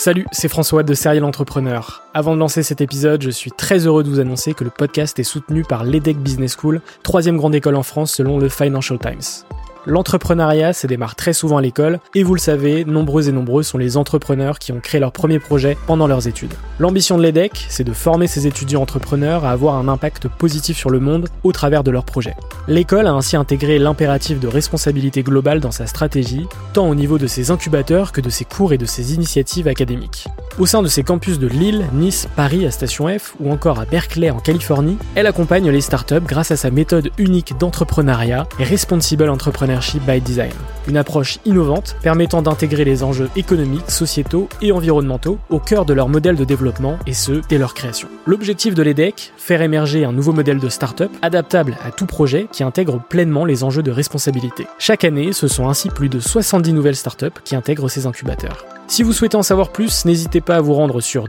Salut, c'est François de Serial Entrepreneur. Avant de lancer cet épisode, je suis très heureux de vous annoncer que le podcast est soutenu par l'EDEC Business School, 3e grande école en France selon le Financial Times. L'entrepreneuriat, ça démarre très souvent à l'école, et vous le savez, nombreux et nombreux sont les entrepreneurs qui ont créé leur premier projet pendant leurs études. L'ambition de l'EDEC, c'est de former ces étudiants entrepreneurs à avoir un impact positif sur le monde au travers de leurs projets. L'école a ainsi intégré l'impératif de responsabilité globale dans sa stratégie, tant au niveau de ses incubateurs que de ses cours et de ses initiatives académiques. Au sein de ses campus de Lille, Nice, Paris à Station F ou encore à Berkeley en Californie, elle accompagne les startups grâce à sa méthode unique d'entrepreneuriat et Responsible Entrepreneurship by Design. Une approche innovante permettant d'intégrer les enjeux économiques, sociétaux et environnementaux au cœur de leur modèle de développement et ce, dès leur création. L'objectif de l'EDEC, faire émerger un nouveau modèle de startup adaptable à tout projet qui intègre pleinement les enjeux de responsabilité. Chaque année, ce sont ainsi plus de 70 nouvelles startups qui intègrent ces incubateurs. Si vous souhaitez en savoir plus, n'hésitez pas à vous rendre sur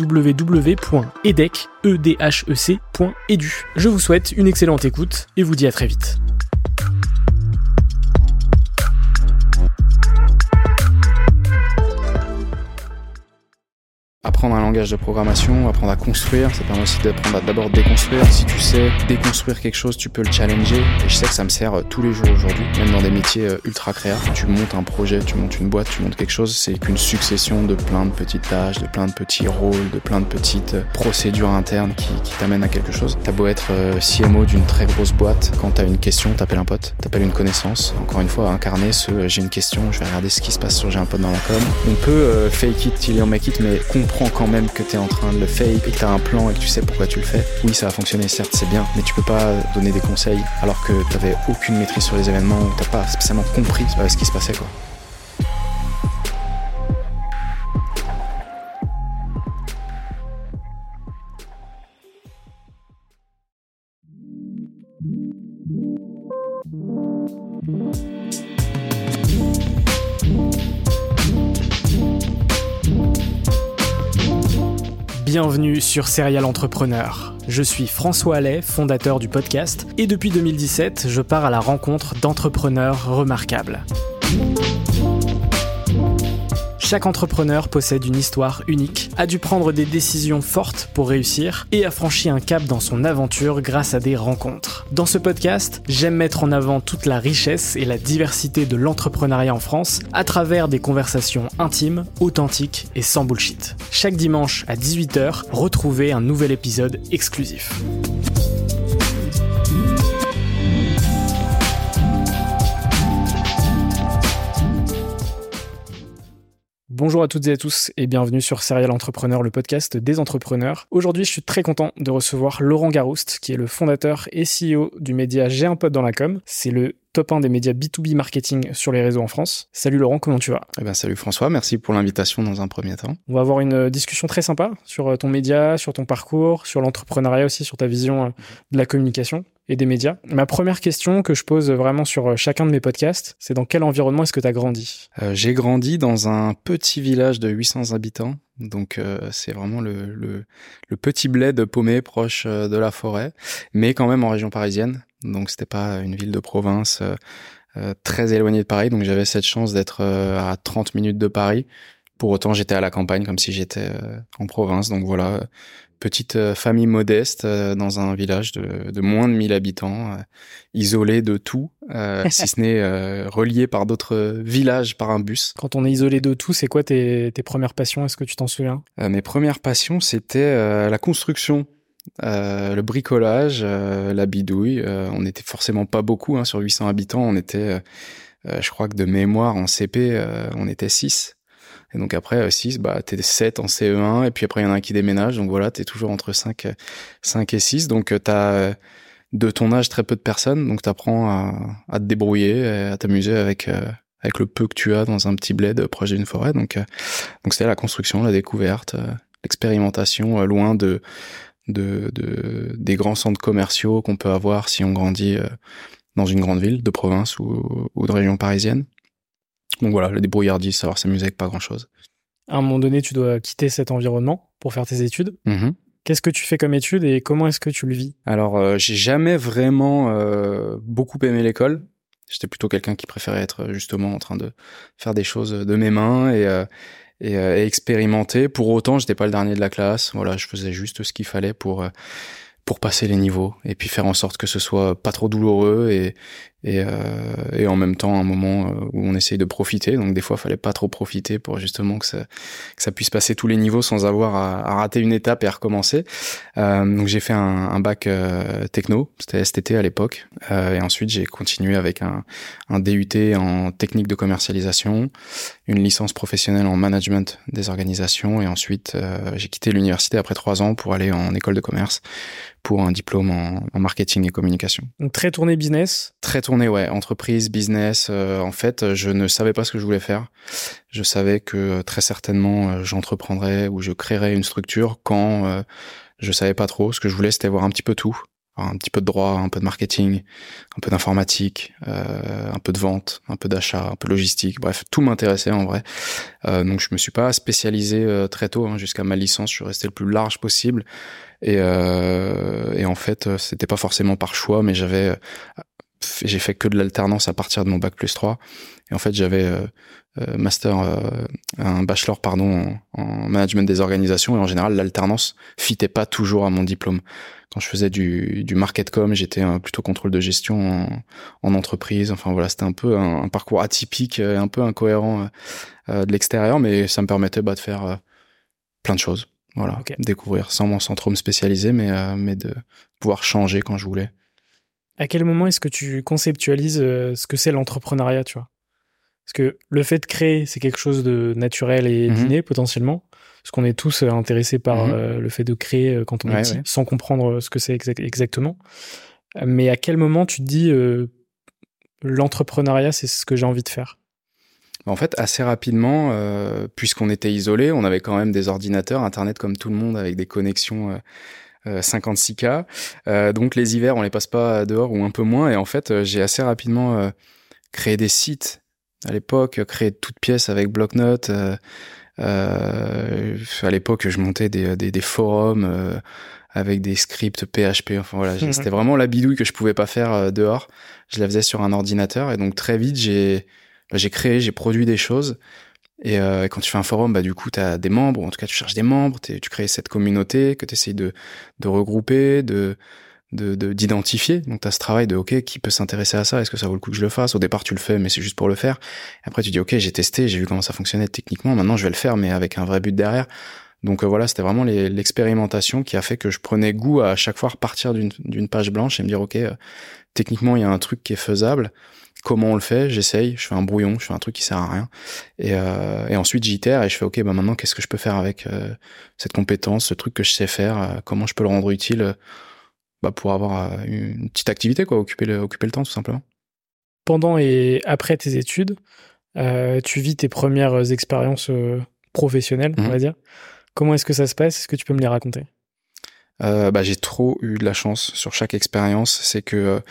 www.edec.edu. Je vous souhaite une excellente écoute et vous dis à très vite. Apprendre un langage de programmation, apprendre à construire, ça permet aussi d'apprendre à d'abord déconstruire. Si tu sais déconstruire quelque chose, tu peux le challenger. Et je sais que ça me sert tous les jours aujourd'hui, même dans des métiers ultra créa. Tu montes un projet, tu montes une boîte, tu montes quelque chose, c'est qu'une succession de plein de petites tâches, de plein de petits rôles, de plein de petites procédures internes qui t'amènent à quelque chose. T'as beau être CMO d'une très grosse boîte, quand t'as une question, t'appelles un pote, t'appelles une connaissance. Encore une fois, incarner j'ai une question, je vais regarder ce qui se passe sur j'ai un pote dans la com. On peut fake it till you make it, mais comprends quand même que t'es en train de le fake et que t'as un plan et que tu sais pourquoi tu le fais. Oui, ça va fonctionner, certes, c'est bien, mais tu peux pas donner des conseils alors que t'avais aucune maîtrise sur les événements ou t'as pas spécialement compris ce qui se passait, quoi. Bienvenue sur Serial Entrepreneur. Je suis François Allais, fondateur du podcast, et depuis 2017, je pars à la rencontre d'entrepreneurs remarquables. Chaque entrepreneur possède une histoire unique, a dû prendre des décisions fortes pour réussir et a franchi un cap dans son aventure grâce à des rencontres. Dans ce podcast, j'aime mettre en avant toute la richesse et la diversité de l'entrepreneuriat en France à travers des conversations intimes, authentiques et sans bullshit. Chaque dimanche à 18h, retrouvez un nouvel épisode exclusif. Bonjour à toutes et à tous et bienvenue sur Serial Entrepreneur, le podcast des entrepreneurs. Aujourd'hui, je suis très content de recevoir Laurent Garouste, qui est le fondateur et CEO du média J'ai un pote dans la com. C'est le top 1 des médias B2B marketing sur les réseaux en France. Salut Laurent, comment tu vas ? Salut François, merci pour l'invitation dans un premier temps. On va avoir une discussion très sympa sur ton média, sur ton parcours, sur l'entrepreneuriat aussi, sur ta vision de la communication et des médias. Ma première question que je pose vraiment sur chacun de mes podcasts, c'est dans quel environnement est-ce que tu as grandi ? J'ai grandi dans un petit village de 800 habitants, donc c'est vraiment le petit bled paumé proche de la forêt, mais quand même en région parisienne. Donc c'était pas une ville de province très éloignée de Paris, donc j'avais cette chance d'être à 30 minutes de Paris. Pour autant, j'étais à la campagne comme si j'étais en province, donc voilà, petite famille modeste dans un village de moins de 1000 habitants, isolé de tout, si ce n'est relié par d'autres villages par un bus. Quand on est isolé de tout, c'est quoi tes premières passions ? Est-ce que tu t'en souviens ? Mes premières passions, c'était la construction. Le bricolage, la bidouille, on n'était forcément pas beaucoup sur 800 habitants, on était, je crois que de mémoire en CP, on était 6. Et donc après 6, t'es 7 en CE1, et puis après il y en a un qui déménage, donc voilà, t'es toujours entre 5 et 6, donc t'as de ton âge très peu de personnes, donc t'apprends à te débrouiller, à t'amuser avec le peu que tu as dans un petit bled proche d'une forêt, donc c'était la construction, la découverte, l'expérimentation, loin des grands centres commerciaux qu'on peut avoir si on grandit dans une grande ville de province ou de région parisienne. Donc voilà, la débrouillardise, savoir s'amuser avec pas grand-chose. À un moment donné, tu dois quitter cet environnement pour faire tes études. Mm-hmm. Qu'est-ce que tu fais comme études et comment est-ce que tu le vis ? Alors, j'ai jamais vraiment beaucoup aimé l'école. J'étais plutôt quelqu'un qui préférait être justement en train de faire des choses de mes mains et expérimenter. Pour autant, j'étais pas le dernier de la classe. Voilà, je faisais juste ce qu'il fallait pour passer les niveaux et puis faire en sorte que ce soit pas trop douloureux et en même temps un moment où on essaye de profiter. Donc des fois, il fallait pas trop profiter pour justement que ça puisse passer tous les niveaux sans avoir à rater une étape et à recommencer. Donc j'ai fait un bac techno, c'était STT à l'époque, et ensuite j'ai continué avec un DUT en technique de commercialisation, une licence professionnelle en management des organisations, et ensuite j'ai quitté l'université après 3 ans pour aller en école de commerce pour un diplôme en marketing et communication. Donc très tourné business. Très tourné, ouais, entreprise, business. En fait, je ne savais pas ce que je voulais faire. Je savais que très certainement j'entreprendrais ou je créerais une structure quand je savais pas trop. Ce que je voulais, c'était voir un petit peu tout. Un petit peu de droit, un peu de marketing, un peu d'informatique, un peu de vente, un peu d'achat, un peu de logistique. Bref, tout m'intéressait en vrai. Donc je me suis pas spécialisé très tôt, jusqu'à ma licence. Je suis resté le plus large possible. Et en fait, c'était pas forcément par choix, mais j'ai fait que de l'alternance à partir de mon bac+3. Et en fait, j'avais un bachelor en management des organisations, et en général, l'alternance fitait pas toujours à mon diplôme. Quand je faisais du marketcom, j'étais plutôt contrôle de gestion en entreprise. Enfin voilà, c'était un peu un parcours atypique, un peu incohérent de l'extérieur, mais ça me permettait de faire plein de choses. Voilà, okay. Découvrir sans trop me spécialiser, mais de pouvoir changer quand je voulais. À quel moment est-ce que tu conceptualises ce que c'est l'entrepreneuriat, tu vois ? Parce que le fait de créer, c'est quelque chose de naturel et d'inné, potentiellement. Parce qu'on est tous intéressés par le fait de créer quand on est petit, sans comprendre ce que c'est exactement. Mais à quel moment tu te dis l'entrepreneuriat, c'est ce que j'ai envie de faire ? En fait, assez rapidement, puisqu'on était isolés, on avait quand même des ordinateurs, Internet comme tout le monde, avec des connexions 56K. Donc les hivers, on les passe pas dehors ou un peu moins. Et en fait, j'ai assez rapidement créé des sites. À l'époque, créé de toutes pièces avec bloc-notes. À l'époque, je montais des forums avec des scripts PHP. Enfin voilà, c'était vraiment la bidouille que je pouvais pas faire dehors. Je la faisais sur un ordinateur, et donc très vite, j'ai produit des choses. Et quand tu fais un forum, du coup, t'as des membres. En tout cas, tu cherches des membres. Tu crées cette communauté que t'essayes de regrouper, d'identifier. Donc t'as ce travail de qui peut s'intéresser à ça, est-ce que ça vaut le coup que je le fasse? Au départ tu le fais mais c'est juste pour le faire, et après tu dis j'ai testé, j'ai vu comment ça fonctionnait techniquement, maintenant je vais le faire mais avec un vrai but derrière. Donc voilà, c'était vraiment l'expérimentation qui a fait que je prenais goût à chaque fois repartir d'une page blanche et me dire techniquement il y a un truc qui est faisable, comment on le fait, j'essaye, je fais un brouillon, je fais un truc qui sert à rien, et ensuite j'itère et je fais maintenant qu'est-ce que je peux faire avec cette compétence, ce truc que je sais faire, comment je peux le rendre utile pour avoir une petite activité, occuper le temps, tout simplement. Pendant et après tes études, tu vis tes premières expériences professionnelles, on va dire. Comment est-ce que ça se passe ? Est-ce que tu peux me les raconter ? J'ai trop eu de la chance sur chaque expérience. C'est que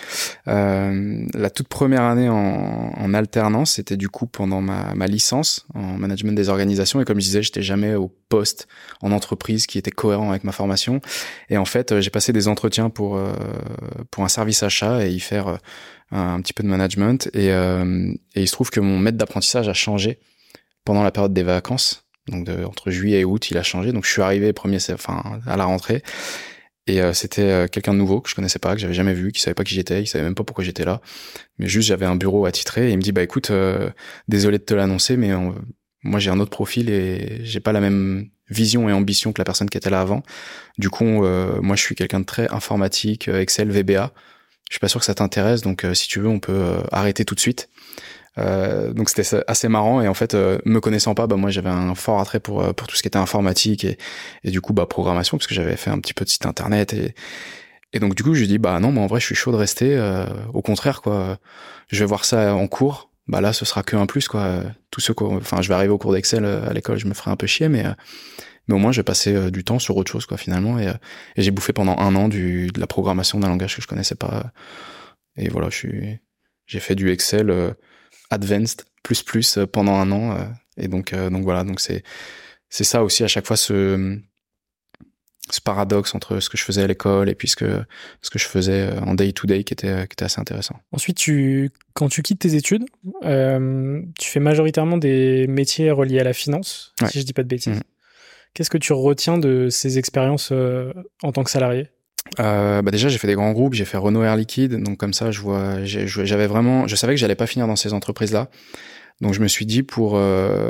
la toute première année en alternance, c'était du coup pendant ma licence en management des organisations, et comme je disais, j'étais jamais au poste en entreprise qui était cohérent avec ma formation, et en fait j'ai passé des entretiens pour un service achat et y faire un petit peu de management, et il se trouve que mon maître d'apprentissage a changé pendant la période des vacances. Donc entre juillet et août, il a changé. Donc je suis arrivé à la rentrée, et c'était quelqu'un de nouveau que je connaissais pas, que j'avais jamais vu, qui savait pas qui j'étais, il savait même pas pourquoi j'étais là. Mais juste j'avais un bureau attitré, et il me dit écoute, désolé de te l'annoncer, mais moi j'ai un autre profil et j'ai pas la même vision et ambition que la personne qui était là avant. Du coup, moi je suis quelqu'un de très informatique, Excel, VBA. Je suis pas sûr que ça t'intéresse, donc si tu veux, on peut arrêter tout de suite. Donc c'était assez marrant, et en fait me connaissant pas, moi j'avais un fort attrait pour tout ce qui était informatique et du coup programmation, parce que j'avais fait un petit peu de site internet, et donc du coup je lui dis non, moi en vrai je suis chaud de rester, au contraire je vais voir ça en cours, là ce sera que un plus tout ce je vais arriver au cours d'Excel à l'école, je me ferai un peu chier, mais au moins je vais passer du temps sur autre chose finalement, et j'ai bouffé pendant 1 an de la programmation d'un langage que je connaissais pas, et voilà, j'ai fait du Excel Advanced plus pendant 1 an, et donc voilà, donc c'est ça aussi à chaque fois, ce paradoxe entre ce que je faisais à l'école et puis ce que je faisais en day-to-day qui était assez intéressant. Ensuite, quand tu quittes tes études, tu fais majoritairement des métiers reliés à la finance, si je dis pas de bêtises. Qu'est-ce que tu retiens de ces expériences en tant que salarié ? Déjà, j'ai fait des grands groupes, j'ai fait Renault Air Liquide, donc comme ça, j'avais vraiment, je savais que j'allais pas finir dans ces entreprises-là, donc je me suis dit pour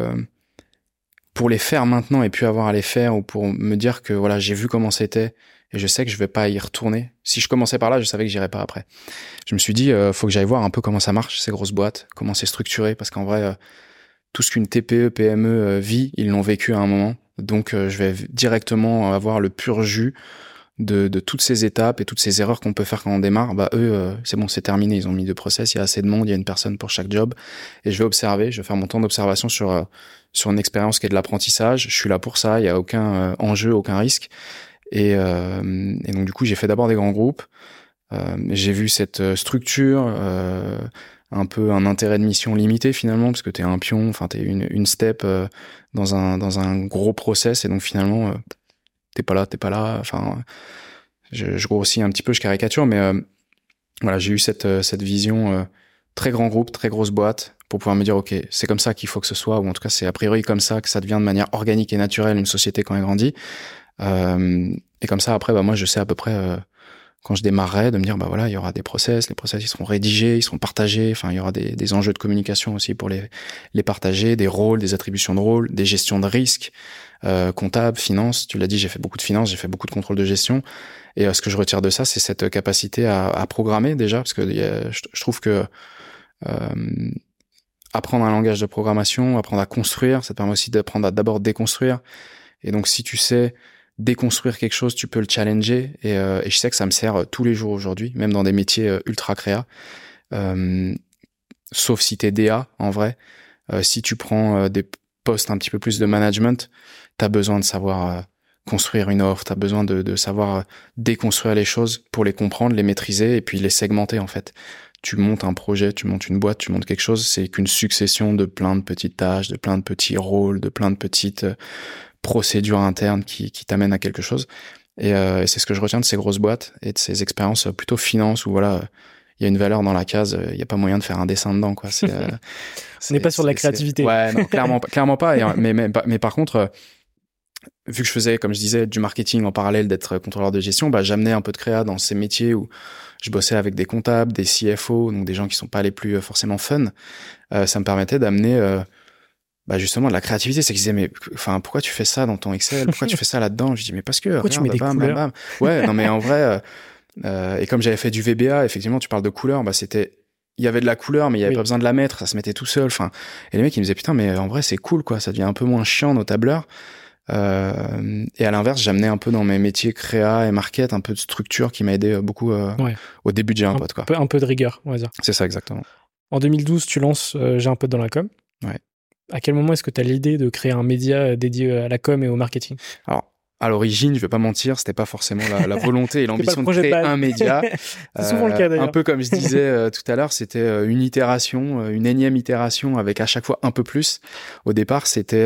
les faire maintenant et puis avoir à les faire, ou pour me dire que voilà, j'ai vu comment c'était et je sais que je vais pas y retourner. Si je commençais par là, je savais que j'irais pas après. Je me suis dit, faut que j'aille voir un peu comment ça marche, ces grosses boîtes, comment c'est structuré, parce qu'en vrai, tout ce qu'une TPE, PME vit, ils l'ont vécu à un moment. Donc, je vais directement avoir le pur jus de toutes ces étapes et toutes ces erreurs qu'on peut faire quand on démarre. Bah, eux, c'est bon, c'est terminé. Ils ont mis 2 process, il y a assez de monde, il y a une personne pour chaque job. Et je vais observer, je vais faire mon temps d'observation sur une expérience qui est de l'apprentissage. Je suis là pour ça, il y a aucun enjeu, aucun risque. Et donc, du coup, j'ai fait d'abord des grands groupes. J'ai vu cette structure, un peu un intérêt de mission limité finalement, parce que t'es un pion, enfin t'es une step dans un gros process, et donc finalement t'es pas là. Enfin, je grossis un petit peu, je caricature, mais voilà, j'ai eu cette vision très grand groupe, très grosse boîte, pour pouvoir me dire ok, c'est comme ça qu'il faut que ce soit, ou en tout cas c'est a priori comme ça que ça devient de manière organique et naturelle une société quand elle grandit. Et comme ça après, bah moi je sais à peu près quand je démarrerai, de me dire bah voilà, il y aura des process, les process ils seront rédigés, ils seront partagés, enfin il y aura des enjeux de communication aussi pour les partager, des rôles, des attributions de rôles, des gestions de risques, comptable, finance. Tu l'as dit, j'ai fait beaucoup de finance, j'ai fait beaucoup de contrôle de gestion, et ce que je retire de ça, c'est cette capacité à programmer déjà, parce que je trouve que apprendre un langage de programmation, apprendre à construire, ça te permet aussi d'apprendre à d'abord déconstruire. Et donc si tu sais déconstruire quelque chose, tu peux le challenger, et je sais que ça me sert tous les jours aujourd'hui, même dans des métiers ultra créa, sauf si t'es DA en vrai. Si tu prends des postes un petit peu plus de management, t'as besoin de savoir construire une offre, t'as besoin de savoir déconstruire les choses pour les comprendre, les maîtriser et puis les segmenter en fait. Tu montes un projet, tu montes une boîte, tu montes quelque chose, c'est qu'une succession de plein de petites tâches, de plein de petits rôles, de plein de petites procédures internes qui t'amènent à quelque chose. Et c'est ce que je retiens de ces grosses boîtes et de ces expériences plutôt finance où voilà, il y a une valeur dans la case, il y a pas moyen de faire un dessin dedans quoi. On n'est pas sur de la créativité. Ouais, non, clairement pas. Mais par contre, vu que je faisais, comme je disais, du marketing en parallèle d'être contrôleur de gestion, bah j'amenais un peu de créa dans ces métiers où je bossais avec des comptables, des CFO, donc des gens qui sont pas les plus forcément fun. Ça me permettait d'amener justement de la créativité. C'est qu'ils disaient mais enfin pourquoi tu fais ça dans ton Excel, pourquoi tu fais ça là-dedans? Je dis mais parce que pourquoi tu mets des couleurs? bam. Ouais, non mais en vrai et comme j'avais fait du VBA, effectivement tu parles de couleurs, bah il y avait de la couleur mais il y avait pas besoin de la mettre, ça se mettait tout seul. Enfin, et les mecs ils me disaient putain mais en vrai c'est cool quoi, ça devient un peu moins chiant nos tableurs. Et à l'inverse, j'amenais un peu dans mes métiers créa et market un peu de structure qui m'a aidé beaucoup au début de J'ai un pote quoi. Un peu de rigueur, on va dire. C'est ça exactement. En 2012, tu lances J'ai un pote dans la com. Ouais. À quel moment est-ce que tu as l'idée de créer un média dédié à la com et au marketing? Alors, à l'origine, je vais pas mentir, c'était pas forcément la volonté et l'ambition de créer un média. C'est souvent le cas d'ailleurs. Un peu comme je disais tout à l'heure, c'était une itération, une énième itération avec à chaque fois un peu plus. Au départ, c'était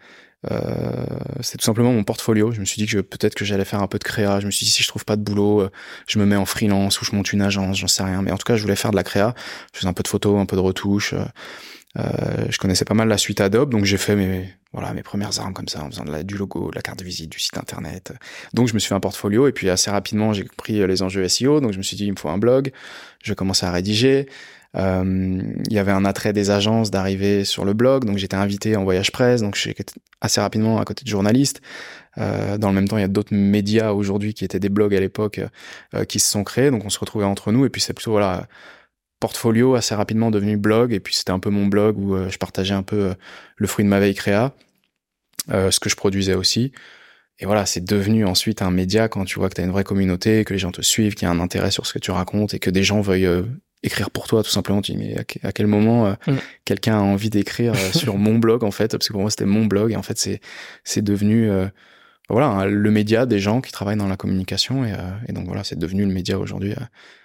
tout simplement mon portfolio. Je me suis dit que peut-être que j'allais faire un peu de créa. Je me suis dit si je trouve pas de boulot, je me mets en freelance ou je monte une agence, j'en sais rien. Mais en tout cas, je voulais faire de la créa. Je faisais un peu de photos, un peu de retouches. Je connaissais pas mal la suite Adobe, donc j'ai fait mes premières armes comme ça en faisant du logo, de la carte de visite, du site internet. Donc je me suis fait un portfolio et puis assez rapidement j'ai pris les enjeux SEO. Donc je me suis dit il me faut un blog. Je commençais à rédiger. Il y avait un attrait des agences d'arriver sur le blog, donc j'étais invité en voyage presse, donc j'étais assez rapidement à côté de journalistes. Dans le même temps, il y a d'autres médias aujourd'hui qui étaient des blogs à l'époque qui se sont créés, donc on se retrouvait entre nous et puis c'est plutôt portfolio assez rapidement devenu blog, et puis c'était un peu mon blog où je partageais un peu le fruit de ma veille créa, ce que je produisais aussi. Et voilà, c'est devenu ensuite un média quand tu vois que t'as une vraie communauté, que les gens te suivent, qu'il y a un intérêt sur ce que tu racontes et que des gens veuillent écrire pour toi, tout simplement. Tu dis, mais à quel moment quelqu'un a envie d'écrire sur mon blog, en fait, parce que pour moi, c'était mon blog, et en fait, c'est devenu le média des gens qui travaillent dans la communication, et donc voilà, c'est devenu le média aujourd'hui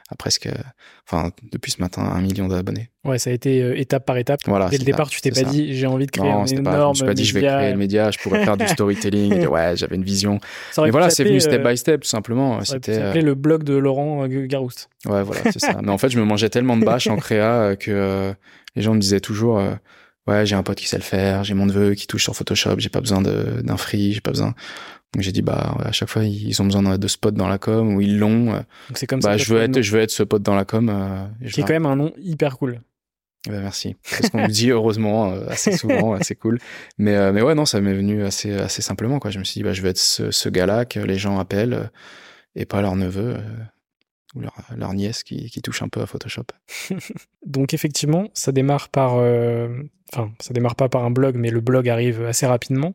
depuis ce matin, 1 million d'abonnés. Ouais, ça a été étape par étape. Voilà, dès le départ, tu t'es pas dit, j'ai envie de créer un énorme média. Je me suis pas dit, je vais créer le média, je pourrais faire du storytelling. Ouais, j'avais une vision. Mais voilà, c'est venu step by step, tout simplement. C'était s'appelait le blog de Laurent Garouste. Ouais, voilà, c'est ça. Mais en fait, je me mangeais tellement de bâches en créa que les gens me disaient toujours, ouais, j'ai un pote qui sait le faire, j'ai mon neveu qui touche sur Photoshop, j'ai pas besoin d'un free, j'ai pas besoin. Donc j'ai dit, à chaque fois, ils ont besoin de spots dans la com, ou ils l'ont. Donc c'est comme ça. Je veux être ce pote dans la com. Qui est quand même un nom hyper cool. Merci. C'est ce qu'on me dit, heureusement, assez souvent, assez cool. Mais ouais, non, ça m'est venu assez simplement, quoi. Je me suis dit, je vais être ce gars-là que les gens appellent, et pas leur neveu, ou leur nièce qui touche un peu à Photoshop. Donc effectivement, ça démarre par... ça démarre pas par un blog, mais le blog arrive assez rapidement.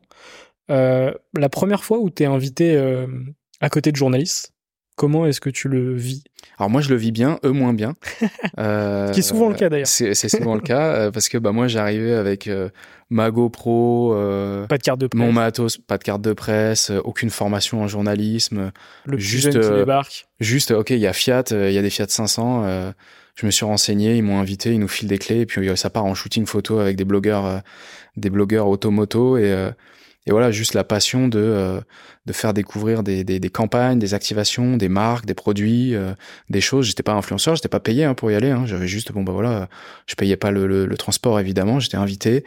La première fois où t'es invité à côté de journalistes, comment est-ce que tu le vis ? Alors moi je le vis bien, eux moins bien. Ce qui est souvent le cas d'ailleurs. C'est souvent le cas parce que moi j'arrivais avec ma GoPro, pas de carte de presse, mon matos, pas de carte de presse, aucune formation en journalisme, le juste jeune qui débarque. Juste ok, il y a Fiat, il y a des Fiat 500. Je me suis renseigné, ils m'ont invité, ils nous filent des clés et puis ça part en shooting photo avec des blogueurs automoto et voilà, juste la passion de faire découvrir des campagnes, des activations, des marques, des produits, des choses. J'étais pas influenceur, j'étais pas payé pour y aller. J'avais juste je payais pas le transport évidemment, j'étais invité.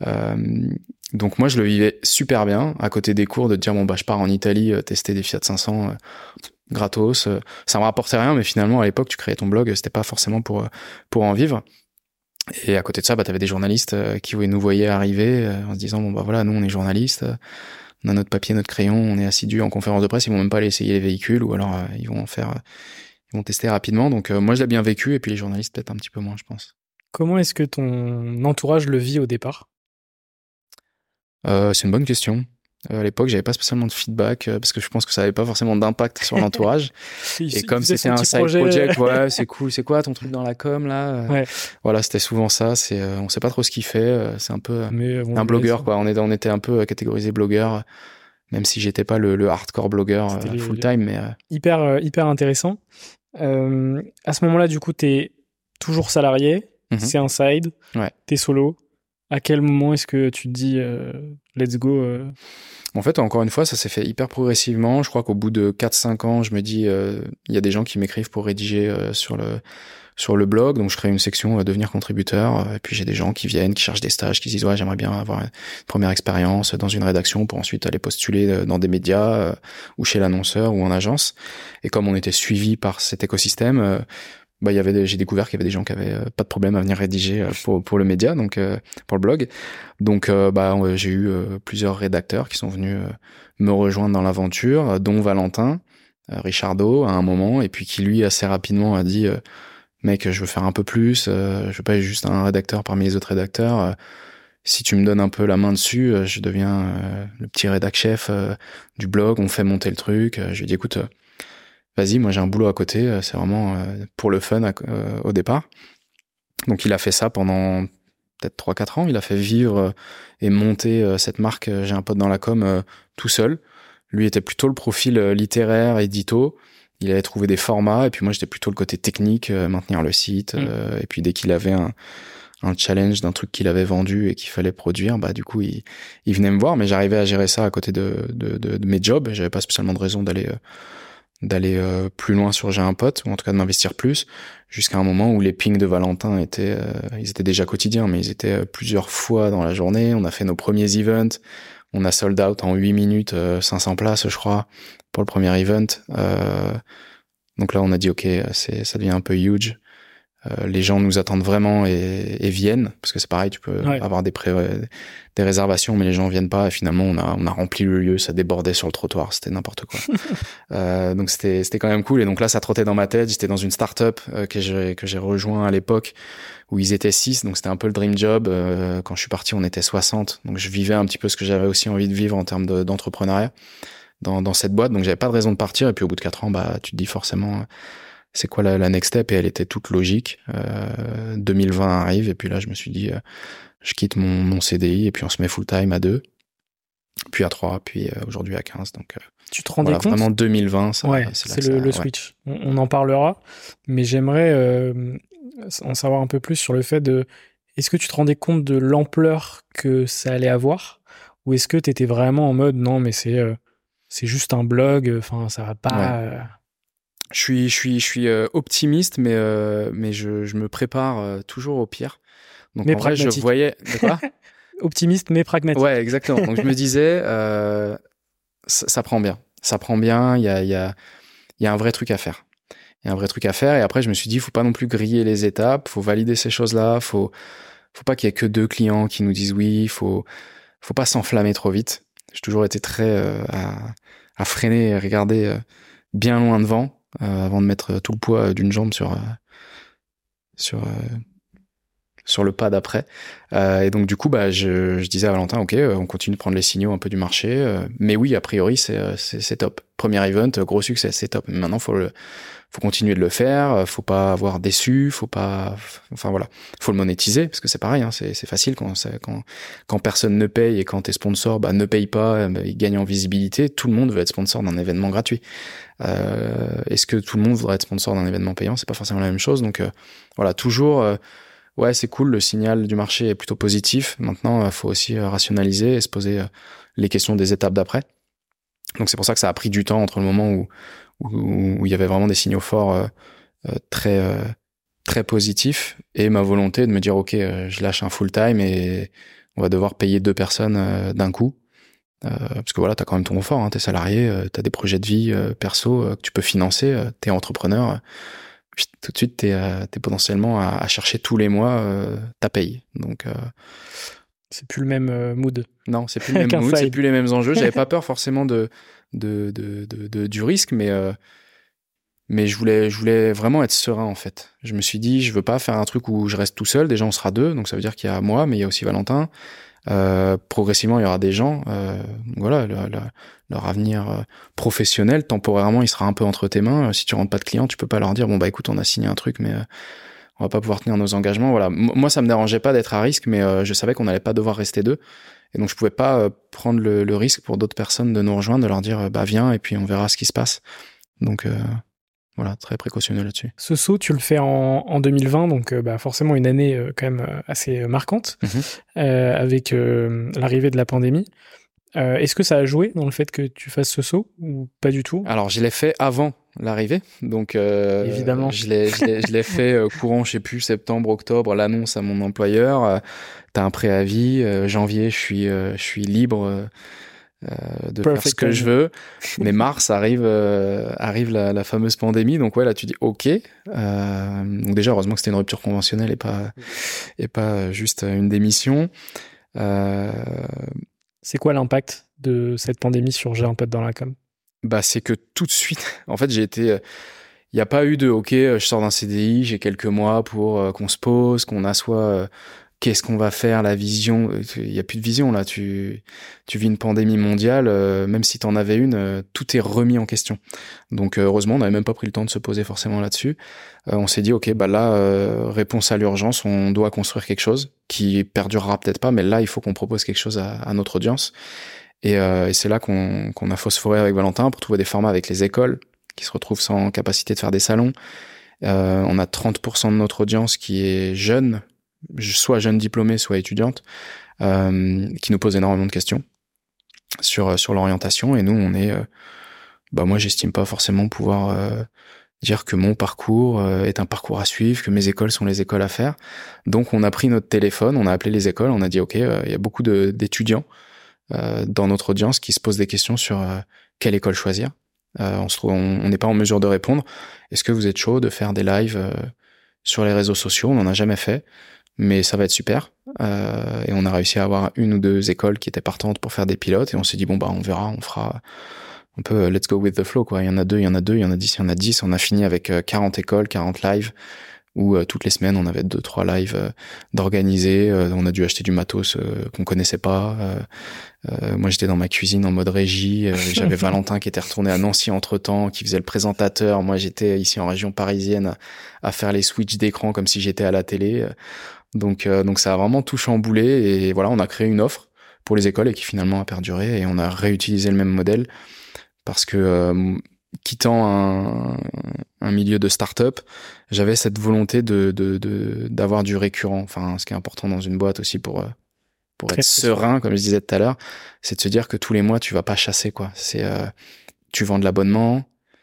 Donc moi je le vivais super bien à côté des cours de dire je pars en Italie tester des Fiat 500 gratos. Ça me rapportait rien, mais finalement à l'époque tu créais ton blog, c'était pas forcément pour en vivre. Et à côté de ça, t'avais des journalistes qui nous voyaient arriver en se disant nous on est journalistes, on a notre papier, notre crayon, on est assidus en conférence de presse, ils vont même pas aller essayer les véhicules ou alors ils vont tester rapidement. Donc moi je l'ai bien vécu et puis les journalistes peut-être un petit peu moins, je pense. Comment est-ce que ton entourage le vit au départ ? C'est une bonne question. À l'époque, j'avais pas spécialement de feedback parce que je pense que ça avait pas forcément d'impact sur l'entourage. Et comme c'était un side project, ouais, c'est cool. C'est quoi ton truc dans la com là ? Ouais. Voilà, c'était souvent ça. On sait pas trop ce qu'il fait. C'est un peu un blogueur, quoi. On était un peu catégorisé blogueur, même si j'étais pas le hardcore blogueur full time, mais hyper intéressant. À ce moment-là, du coup, t'es toujours salarié. C'est un side. Ouais. T'es solo. À quel moment est-ce que tu te dis let's go En fait, encore une fois, ça s'est fait hyper progressivement. Je crois qu'au bout de 4-5 ans, je me dis il y a des gens qui m'écrivent pour rédiger sur le blog. Donc, je crée une section devenir contributeur. Et puis, j'ai des gens qui viennent, qui cherchent des stages, qui se disent ouais, j'aimerais bien avoir une première expérience dans une rédaction pour ensuite aller postuler dans des médias ou chez l'annonceur ou en agence. Et comme on était suivi par cet écosystème, j'ai découvert qu'il y avait des gens qui avaient pas de problème à venir rédiger pour le média, donc pour le blog. Donc j'ai eu plusieurs rédacteurs qui sont venus me rejoindre dans l'aventure, dont Valentin Richardo à un moment, et puis qui lui assez rapidement a dit mec, je veux faire un peu plus, je veux pas être juste un rédacteur parmi les autres rédacteurs. Si tu me donnes un peu la main dessus, je deviens le petit rédac chef du blog, on fait monter le truc. Je lui ai dit écoute, vas-y, moi j'ai un boulot à côté, c'est vraiment pour le fun au départ. Donc il a fait ça pendant peut-être 3-4 ans, il a fait vivre et monter cette marque J'ai un pote dans la com tout seul. Lui était plutôt le profil littéraire, édito, il avait trouvé des formats, et puis moi j'étais plutôt le côté technique, maintenir le site, et puis dès qu'il avait un challenge d'un truc qu'il avait vendu et qu'il fallait produire, du coup il venait me voir, mais j'arrivais à gérer ça à côté de mes jobs, j'avais pas spécialement de raison d'aller plus loin sur J'ai un pote, ou en tout cas de m'investir plus, jusqu'à un moment où les pings de Valentin ils étaient déjà quotidiens, mais ils étaient plusieurs fois dans la journée. On a fait nos premiers events, on a sold out en 8 minutes 500 places, je crois, pour le premier event. Donc là, on a dit, ok, ça devient un peu huge. Les gens nous attendent vraiment et viennent, parce que c'est pareil, tu peux avoir des réservations, mais les gens viennent pas, et finalement on a rempli le lieu, ça débordait sur le trottoir, c'était n'importe quoi. Donc c'était quand même cool, et donc là ça trottait dans ma tête. J'étais dans une start-up que j'ai rejoint à l'époque où ils étaient 6, donc c'était un peu le dream job. Quand je suis parti, on était 60, donc je vivais un petit peu ce que j'avais aussi envie de vivre en termes d'entrepreneuriat dans cette boîte, donc j'avais pas de raison de partir. Et puis au bout de 4 ans, tu te dis forcément c'est quoi la next step, et elle était toute logique. 2020 arrive, et puis là je me suis dit je quitte mon CDI et puis on se met full time à 2. puis à 3, puis aujourd'hui à 15. Donc, tu te rendais compte vraiment 2020, ça, ouais, c'est le switch. On en parlera, mais j'aimerais en savoir un peu plus sur le fait de... Est-ce que tu te rendais compte de l'ampleur que ça allait avoir, ou est-ce que tu étais vraiment en mode non, mais c'est juste un blog, enfin ça va pas... Ouais. Je suis optimiste, mais je me prépare toujours au pire. Donc mais en vrai, je voyais... De quoi? Optimiste, mais pragmatique. Ouais, exactement. Donc je me disais, ça prend bien. Ça prend bien, il y a un vrai truc à faire. Il y a un vrai truc à faire, et après je me suis dit, il faut pas non plus griller les étapes, faut valider ces choses-là, faut pas qu'il y ait que 2 clients qui nous disent oui, faut pas s'enflammer trop vite. J'ai toujours été très à freiner et regarder bien loin devant avant de mettre tout le poids d'une jambe sur le pas d'après. Et donc du coup, je disais à Valentin, ok, on continue de prendre les signaux un peu du marché, mais oui, a priori c'est top. Premier event, gros succès, c'est top. Mais maintenant faut continuer de le faire, faut pas avoir déçu, faut le monétiser, parce que c'est pareil, hein, c'est facile quand personne ne paye et quand tes sponsors ne payent pas, ils gagnent en visibilité. Tout le monde veut être sponsor d'un événement gratuit. Est-ce que tout le monde voudrait être sponsor d'un événement payant? C'est pas forcément la même chose. Donc toujours. Ouais, c'est cool, le signal du marché est plutôt positif. Maintenant, il faut aussi rationaliser et se poser les questions des étapes d'après. Donc c'est pour ça que ça a pris du temps entre le moment où il y avait vraiment des signaux forts très très positifs et ma volonté de me dire ok, je lâche un full time et on va devoir payer 2 personnes d'un coup. Parce que voilà, t'as quand même ton confort, hein, t'es salarié, t'as des projets de vie perso que tu peux financer, t'es entrepreneur. Tout de suite, t'es potentiellement à chercher tous les mois ta paye. Donc, c'est plus le même mood. Non, c'est plus le même mood, c'est plus les mêmes enjeux. J'avais pas peur forcément du risque, mais je voulais vraiment être serein en fait. Je me suis dit, je veux pas faire un truc où je reste tout seul. Déjà, on sera 2, donc ça veut dire qu'il y a moi, mais il y a aussi Valentin. Progressivement, il y aura des gens. Voilà, leur avenir professionnel, temporairement, il sera un peu entre tes mains. Si tu rentres pas de clients, tu peux pas leur dire bon écoute, on a signé un truc, mais on va pas pouvoir tenir nos engagements. Voilà, moi ça me dérangeait pas d'être à risque, mais je savais qu'on n'allait pas devoir rester 2, et donc je pouvais pas prendre le risque pour d'autres personnes de nous rejoindre, de leur dire viens et puis on verra ce qui se passe. Donc voilà, très précautionneux là-dessus. Ce saut, tu le fais en 2020, donc forcément une année quand même assez marquante, avec l'arrivée de la pandémie. Est-ce que ça a joué dans le fait que tu fasses ce saut ou pas du tout? Alors, je l'ai fait avant l'arrivée, donc évidemment, je l'ai fait courant, je sais plus, septembre, octobre, l'annonce à mon employeur. T'as un préavis, janvier, je suis libre. De faire ce que je veux, mais mars arrive la fameuse pandémie, donc ouais, là tu dis ok. Donc déjà heureusement que c'était une rupture conventionnelle et pas juste une démission. C'est quoi l'impact de cette pandémie sur J'ai un pote dans la com? C'est que tout de suite, en fait, il n'y a pas eu de ok, je sors d'un CDI, j'ai quelques mois pour qu'on se pose, qu'on assoit. Qu'est-ce qu'on va faire, la vision? Il y a plus de vision là. Tu vis une pandémie mondiale, même si t'en avais une, tout est remis en question. Donc heureusement, on n'avait même pas pris le temps de se poser forcément là-dessus. On s'est dit ok, là, réponse à l'urgence, on doit construire quelque chose qui perdurera peut-être pas, mais là, il faut qu'on propose quelque chose à notre audience. Et c'est là qu'on a phosphoré avec Valentin pour trouver des formats avec les écoles qui se retrouvent sans capacité de faire des salons. On a 30% de notre audience qui est jeune, soit jeune diplômée, soit étudiante, qui nous pose énormément de questions sur l'orientation. Et nous, on est... moi, j'estime pas forcément pouvoir dire que mon parcours est un parcours à suivre, que mes écoles sont les écoles à faire. Donc, on a pris notre téléphone, on a appelé les écoles, on a dit, OK, il y a beaucoup d'étudiants dans notre audience qui se posent des questions sur quelle école choisir. On n'est pas en mesure de répondre. Est-ce que vous êtes chaud de faire des lives sur les réseaux sociaux? On n'en a jamais fait, mais ça va être super. Et on a réussi à avoir 1 ou 2 écoles qui étaient partantes pour faire des pilotes, et on s'est dit on verra, on fera un peu let's go with the flow, quoi. Il y en a 2, il y en a 2, il y en a 10, il y en a 10. On a fini avec 40 écoles, 40 lives, où toutes les semaines on avait 2-3 lives d'organisés. On a dû acheter du matos qu'on connaissait pas. Moi j'étais dans ma cuisine en mode régie. J'avais Valentin qui était retourné à Nancy entre-temps, qui faisait le présentateur. Moi j'étais ici en région parisienne à faire les switches d'écran comme si j'étais à la télé. Donc ça a vraiment tout chamboulé, et voilà, on a créé une offre pour les écoles et qui finalement a perduré. Et on a réutilisé le même modèle parce que quittant un milieu de start-up, j'avais cette volonté d'avoir du récurrent. Enfin, ce qui est important dans une boîte aussi pour être serein, comme je disais tout à l'heure, c'est de se dire que tous les mois, tu vas pas chasser, quoi. C'est, tu vends de l'abonnement,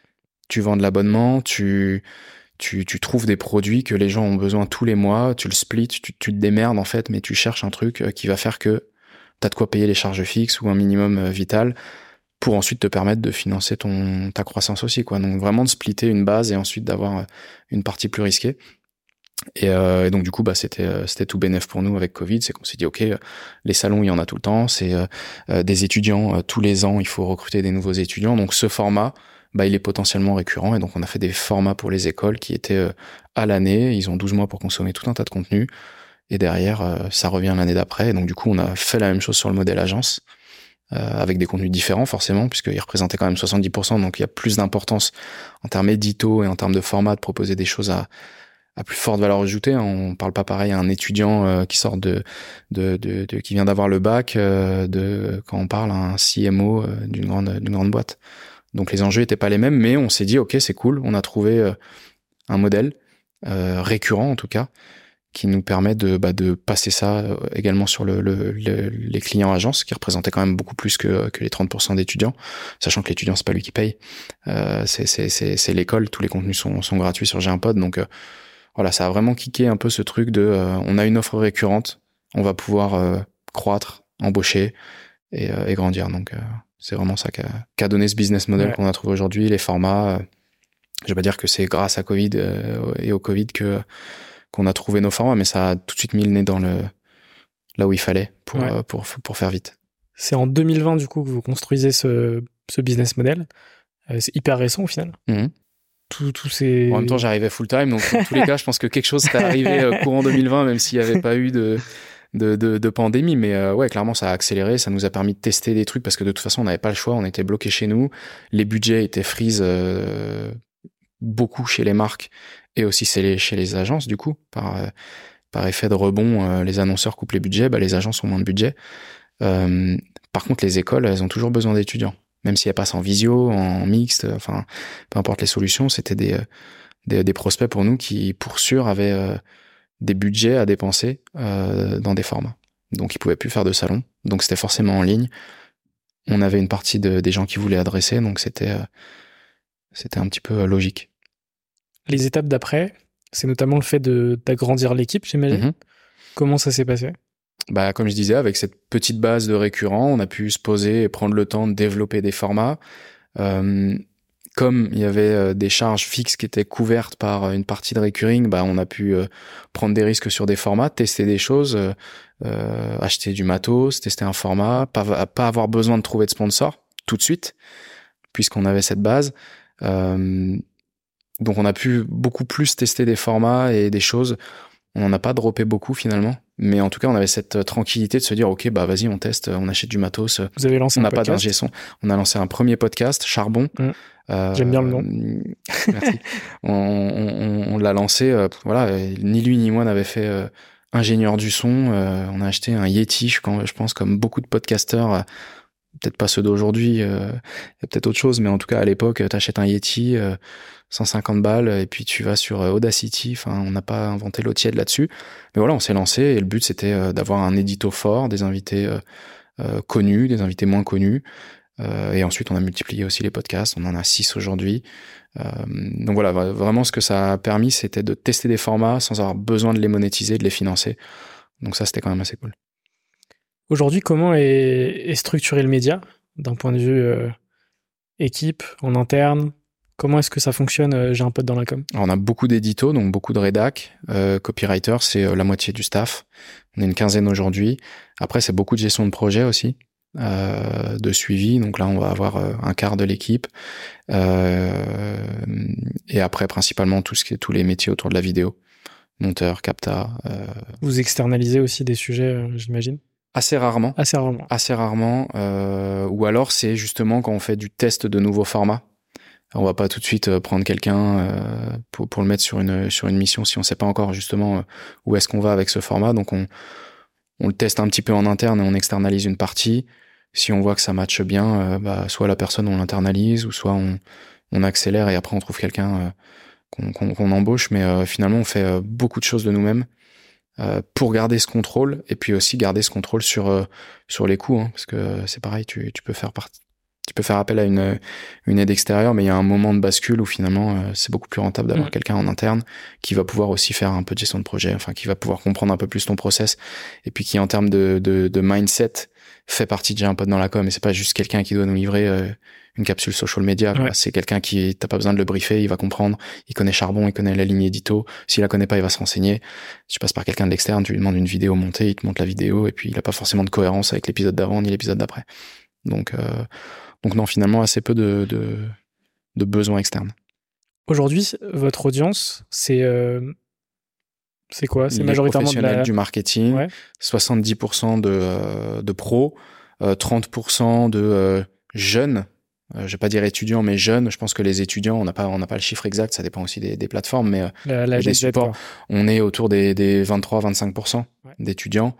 tu trouves des produits que les gens ont besoin tous les mois, tu le splits, tu te démerdes, en fait, mais tu cherches un truc qui va faire que t'as de quoi payer les charges fixes ou un minimum vital pour ensuite te permettre de financer ta croissance aussi, quoi. Donc, vraiment de splitter une base et ensuite d'avoir une partie plus risquée. Et donc du coup c'était tout bénef pour nous avec Covid, c'est qu'on s'est dit ok, les salons il y en a tout le temps, c'est des étudiants tous les ans, il faut recruter des nouveaux étudiants, donc ce format il est potentiellement récurrent, et donc on a fait des formats pour les écoles qui étaient à l'année, ils ont 12 mois pour consommer tout un tas de contenu, et derrière ça revient l'année d'après, et donc du coup on a fait la même chose sur le modèle agence, avec des contenus différents forcément, puisqu'ils représentaient quand même 70%, donc il y a plus d'importance en termes édito et en termes de format de proposer des choses à plus forte valeur ajoutée. On parle pas pareil à un étudiant qui sort qui vient d'avoir le bac quand on parle à un CMO d'une grande boîte. Donc les enjeux étaient pas les mêmes, mais on s'est dit ok, c'est cool, on a trouvé un modèle récurrent en tout cas qui nous permet de passer ça également sur les clients agences, qui représentaient quand même beaucoup plus que les 30% d'étudiants, sachant que l'étudiant c'est pas lui qui paye, c'est l'école, tous les contenus sont gratuits sur G1pod, donc voilà, ça a vraiment kické un peu ce truc on a une offre récurrente, on va pouvoir croître, embaucher et grandir. Donc c'est vraiment ça qu'a donné ce business model qu'on a trouvé aujourd'hui, les formats. Je vais pas dire que c'est grâce à Covid et au Covid qu'on a trouvé nos formats, mais ça a tout de suite mis le nez là où il fallait pour faire vite. C'est en 2020 du coup que vous construisez ce business model. C'est hyper récent au final. Mmh. Tout ces... En même temps, j'arrivais full time, donc dans tous les cas, je pense que quelque chose serait arrivé courant 2020, même s'il n'y avait pas eu de pandémie. Mais clairement, ça a accéléré, ça nous a permis de tester des trucs parce que de toute façon, on n'avait pas le choix, on était bloqués chez nous. Les budgets étaient freeze beaucoup chez les marques et aussi chez les agences, du coup. Par effet de rebond, les annonceurs coupent les budgets, les agences ont moins de budget. Par contre, les écoles, elles ont toujours besoin d'étudiants. Même si elles passent en visio, en mixte, enfin, peu importe les solutions, c'était des prospects pour nous qui, pour sûr, avaient des budgets à dépenser dans des formats. Donc, ils pouvaient plus faire de salon. Donc, c'était forcément en ligne. On avait une partie des gens qui voulaient adresser, donc c'était un petit peu logique. Les étapes d'après, c'est notamment le fait d'agrandir l'équipe, j'imagine. Comment ça s'est passé ? Comme je disais, avec cette petite base de récurrents, on a pu se poser et prendre le temps de développer des formats. Comme il y avait des charges fixes qui étaient couvertes par une partie de recurring, on a pu prendre des risques sur des formats, tester des choses, acheter du matos, tester un format, pas avoir besoin de trouver de sponsor tout de suite, puisqu'on avait cette base. Donc on a pu beaucoup plus tester des formats et des choses. On n'en a pas droppé beaucoup finalement, mais en tout cas on avait cette tranquillité de se dire ok vas-y on teste, on achète du matos. Vous avez lancé un podcast ? On n'a pas d'ingé son. On a lancé un premier podcast, Charbon. J'aime bien le nom. Merci. On l'a lancé, ni lui ni moi n'avait fait ingénieur du son. On a acheté un Yeti, je pense comme beaucoup de podcasteurs. Peut-être pas ceux d'aujourd'hui, il y a peut-être autre chose, mais en tout cas à l'époque t'achètes un Yeti 150 balles et puis tu vas sur Audacity. Enfin, on n'a pas inventé l'eau tiède là-dessus, mais voilà, on s'est lancé et le but c'était d'avoir un édito fort, des invités connus, des invités moins connus, et ensuite on a multiplié aussi les podcasts, on en a 6 aujourd'hui. Donc voilà, vraiment ce que ça a permis c'était de tester des formats sans avoir besoin de les monétiser, de les financer, donc ça c'était quand même assez cool. Aujourd'hui, comment est structuré le média d'un point de vue équipe, en interne ? Comment est-ce que ça fonctionne ? J'ai un pote dans la com. Alors on a beaucoup d'éditos, donc beaucoup de rédac. Copywriter, c'est la moitié du staff. On est une quinzaine aujourd'hui. Après, c'est beaucoup de gestion de projet aussi, de suivi. Donc là, on va avoir un quart de l'équipe. Et après, principalement, tous les métiers autour de la vidéo. Monteur, capta. Vous externalisez aussi des sujets, j'imagine ? Assez rarement. Ou alors, c'est justement quand on fait du test de nouveaux formats. On va pas tout de suite prendre quelqu'un pour le mettre sur une mission si on sait pas encore justement où est-ce qu'on va avec ce format. Donc on le teste un petit peu en interne et on externalise une partie. Si on voit que ça matche bien, soit la personne on l'internalise ou soit on accélère et après on trouve quelqu'un qu'on embauche. Mais finalement, on fait beaucoup de choses de nous-mêmes pour garder ce contrôle et puis aussi garder ce contrôle sur les coûts, hein, parce que c'est pareil, tu peux faire appel à une aide extérieure, mais il y a un moment de bascule où finalement c'est beaucoup plus rentable d'avoir quelqu'un en interne qui va pouvoir aussi faire un peu de gestion de projet, enfin qui va pouvoir comprendre un peu plus ton process et puis qui en termes de mindset fait partie de J'ai un pote dans la com, et c'est pas juste quelqu'un qui doit nous livrer une capsule social media, quoi. C'est quelqu'un qui, t'as pas besoin de le briefer, il va comprendre, il connaît Charbon, il connaît la ligne édito, s'il la connaît pas, il va se renseigner. Si tu passes par quelqu'un de l'externe, tu lui demandes une vidéo montée, il te montre la vidéo, et puis il a pas forcément de cohérence avec l'épisode d'avant ni l'épisode d'après. Donc non, finalement, assez peu de besoins externes. Aujourd'hui, votre audience, c'est quoi? C'est majoritairement professionnels du marketing, 70% de pros, 30% de jeunes. Je vais pas dire étudiants, mais jeunes. Je pense que les étudiants, on n'a pas le chiffre exact, ça dépend aussi des plateformes, mais des supports, on est autour des 23-25% d'étudiants.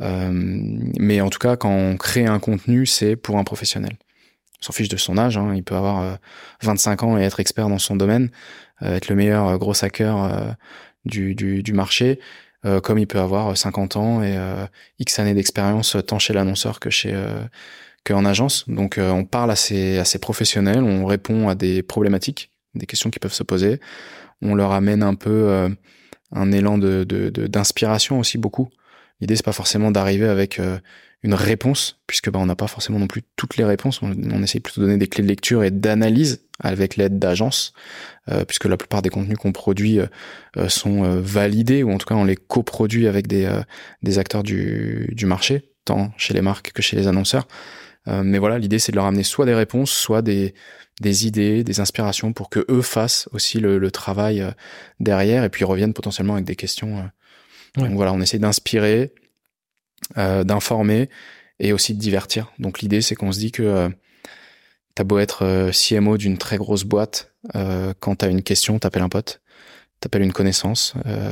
Mais en tout cas, quand on crée un contenu, c'est pour un professionnel. On s'en fiche de son âge, hein. Il peut avoir 25 ans et être expert dans son domaine, être le meilleur gros hacker du marché, comme il peut avoir 50 ans et X années d'expérience tant chez l'annonceur qu'en agence. Donc on parle à ces professionnels, on répond à des problématiques, des questions qui peuvent se poser. On leur amène un peu un élan d'inspiration aussi, beaucoup. L'idée, c'est pas forcément d'arriver avec une réponse, puisque on n'a pas forcément non plus toutes les réponses. On essaie plutôt de donner des clés de lecture et d'analyse avec l'aide d'agences, puisque la plupart des contenus qu'on produit sont validés, ou en tout cas on les coproduit avec des acteurs du marché, tant chez les marques que chez les annonceurs. Mais voilà, l'idée, c'est de leur amener soit des réponses, soit des idées, des inspirations pour que eux fassent aussi le travail derrière, et puis reviennent potentiellement avec des questions. Donc voilà, on essaie d'inspirer, d'informer et aussi de divertir. Donc l'idée, c'est qu'on se dit que t'as beau être CMO d'une très grosse boîte, quand t'as une question, t'appelles un pote, t'appelles une connaissance.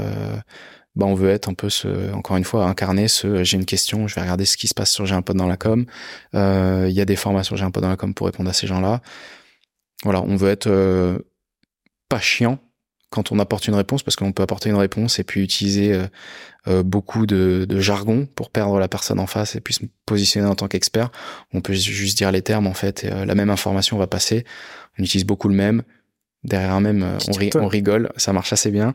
On veut être un peu encore une fois, incarner j'ai une question, je vais regarder ce qui se passe sur J'ai un pote dans la com. Il y a des formats sur J'ai un pote dans la com pour répondre à ces gens-là. Voilà, on veut être pas chiant quand on apporte une réponse, parce qu'on peut apporter une réponse et puis utiliser beaucoup de jargon pour perdre la personne en face et puis se positionner en tant qu'expert. On peut juste dire les termes, en fait, et la même information va passer. On utilise beaucoup le même. Derrière un même, on rigole, ça marche assez bien.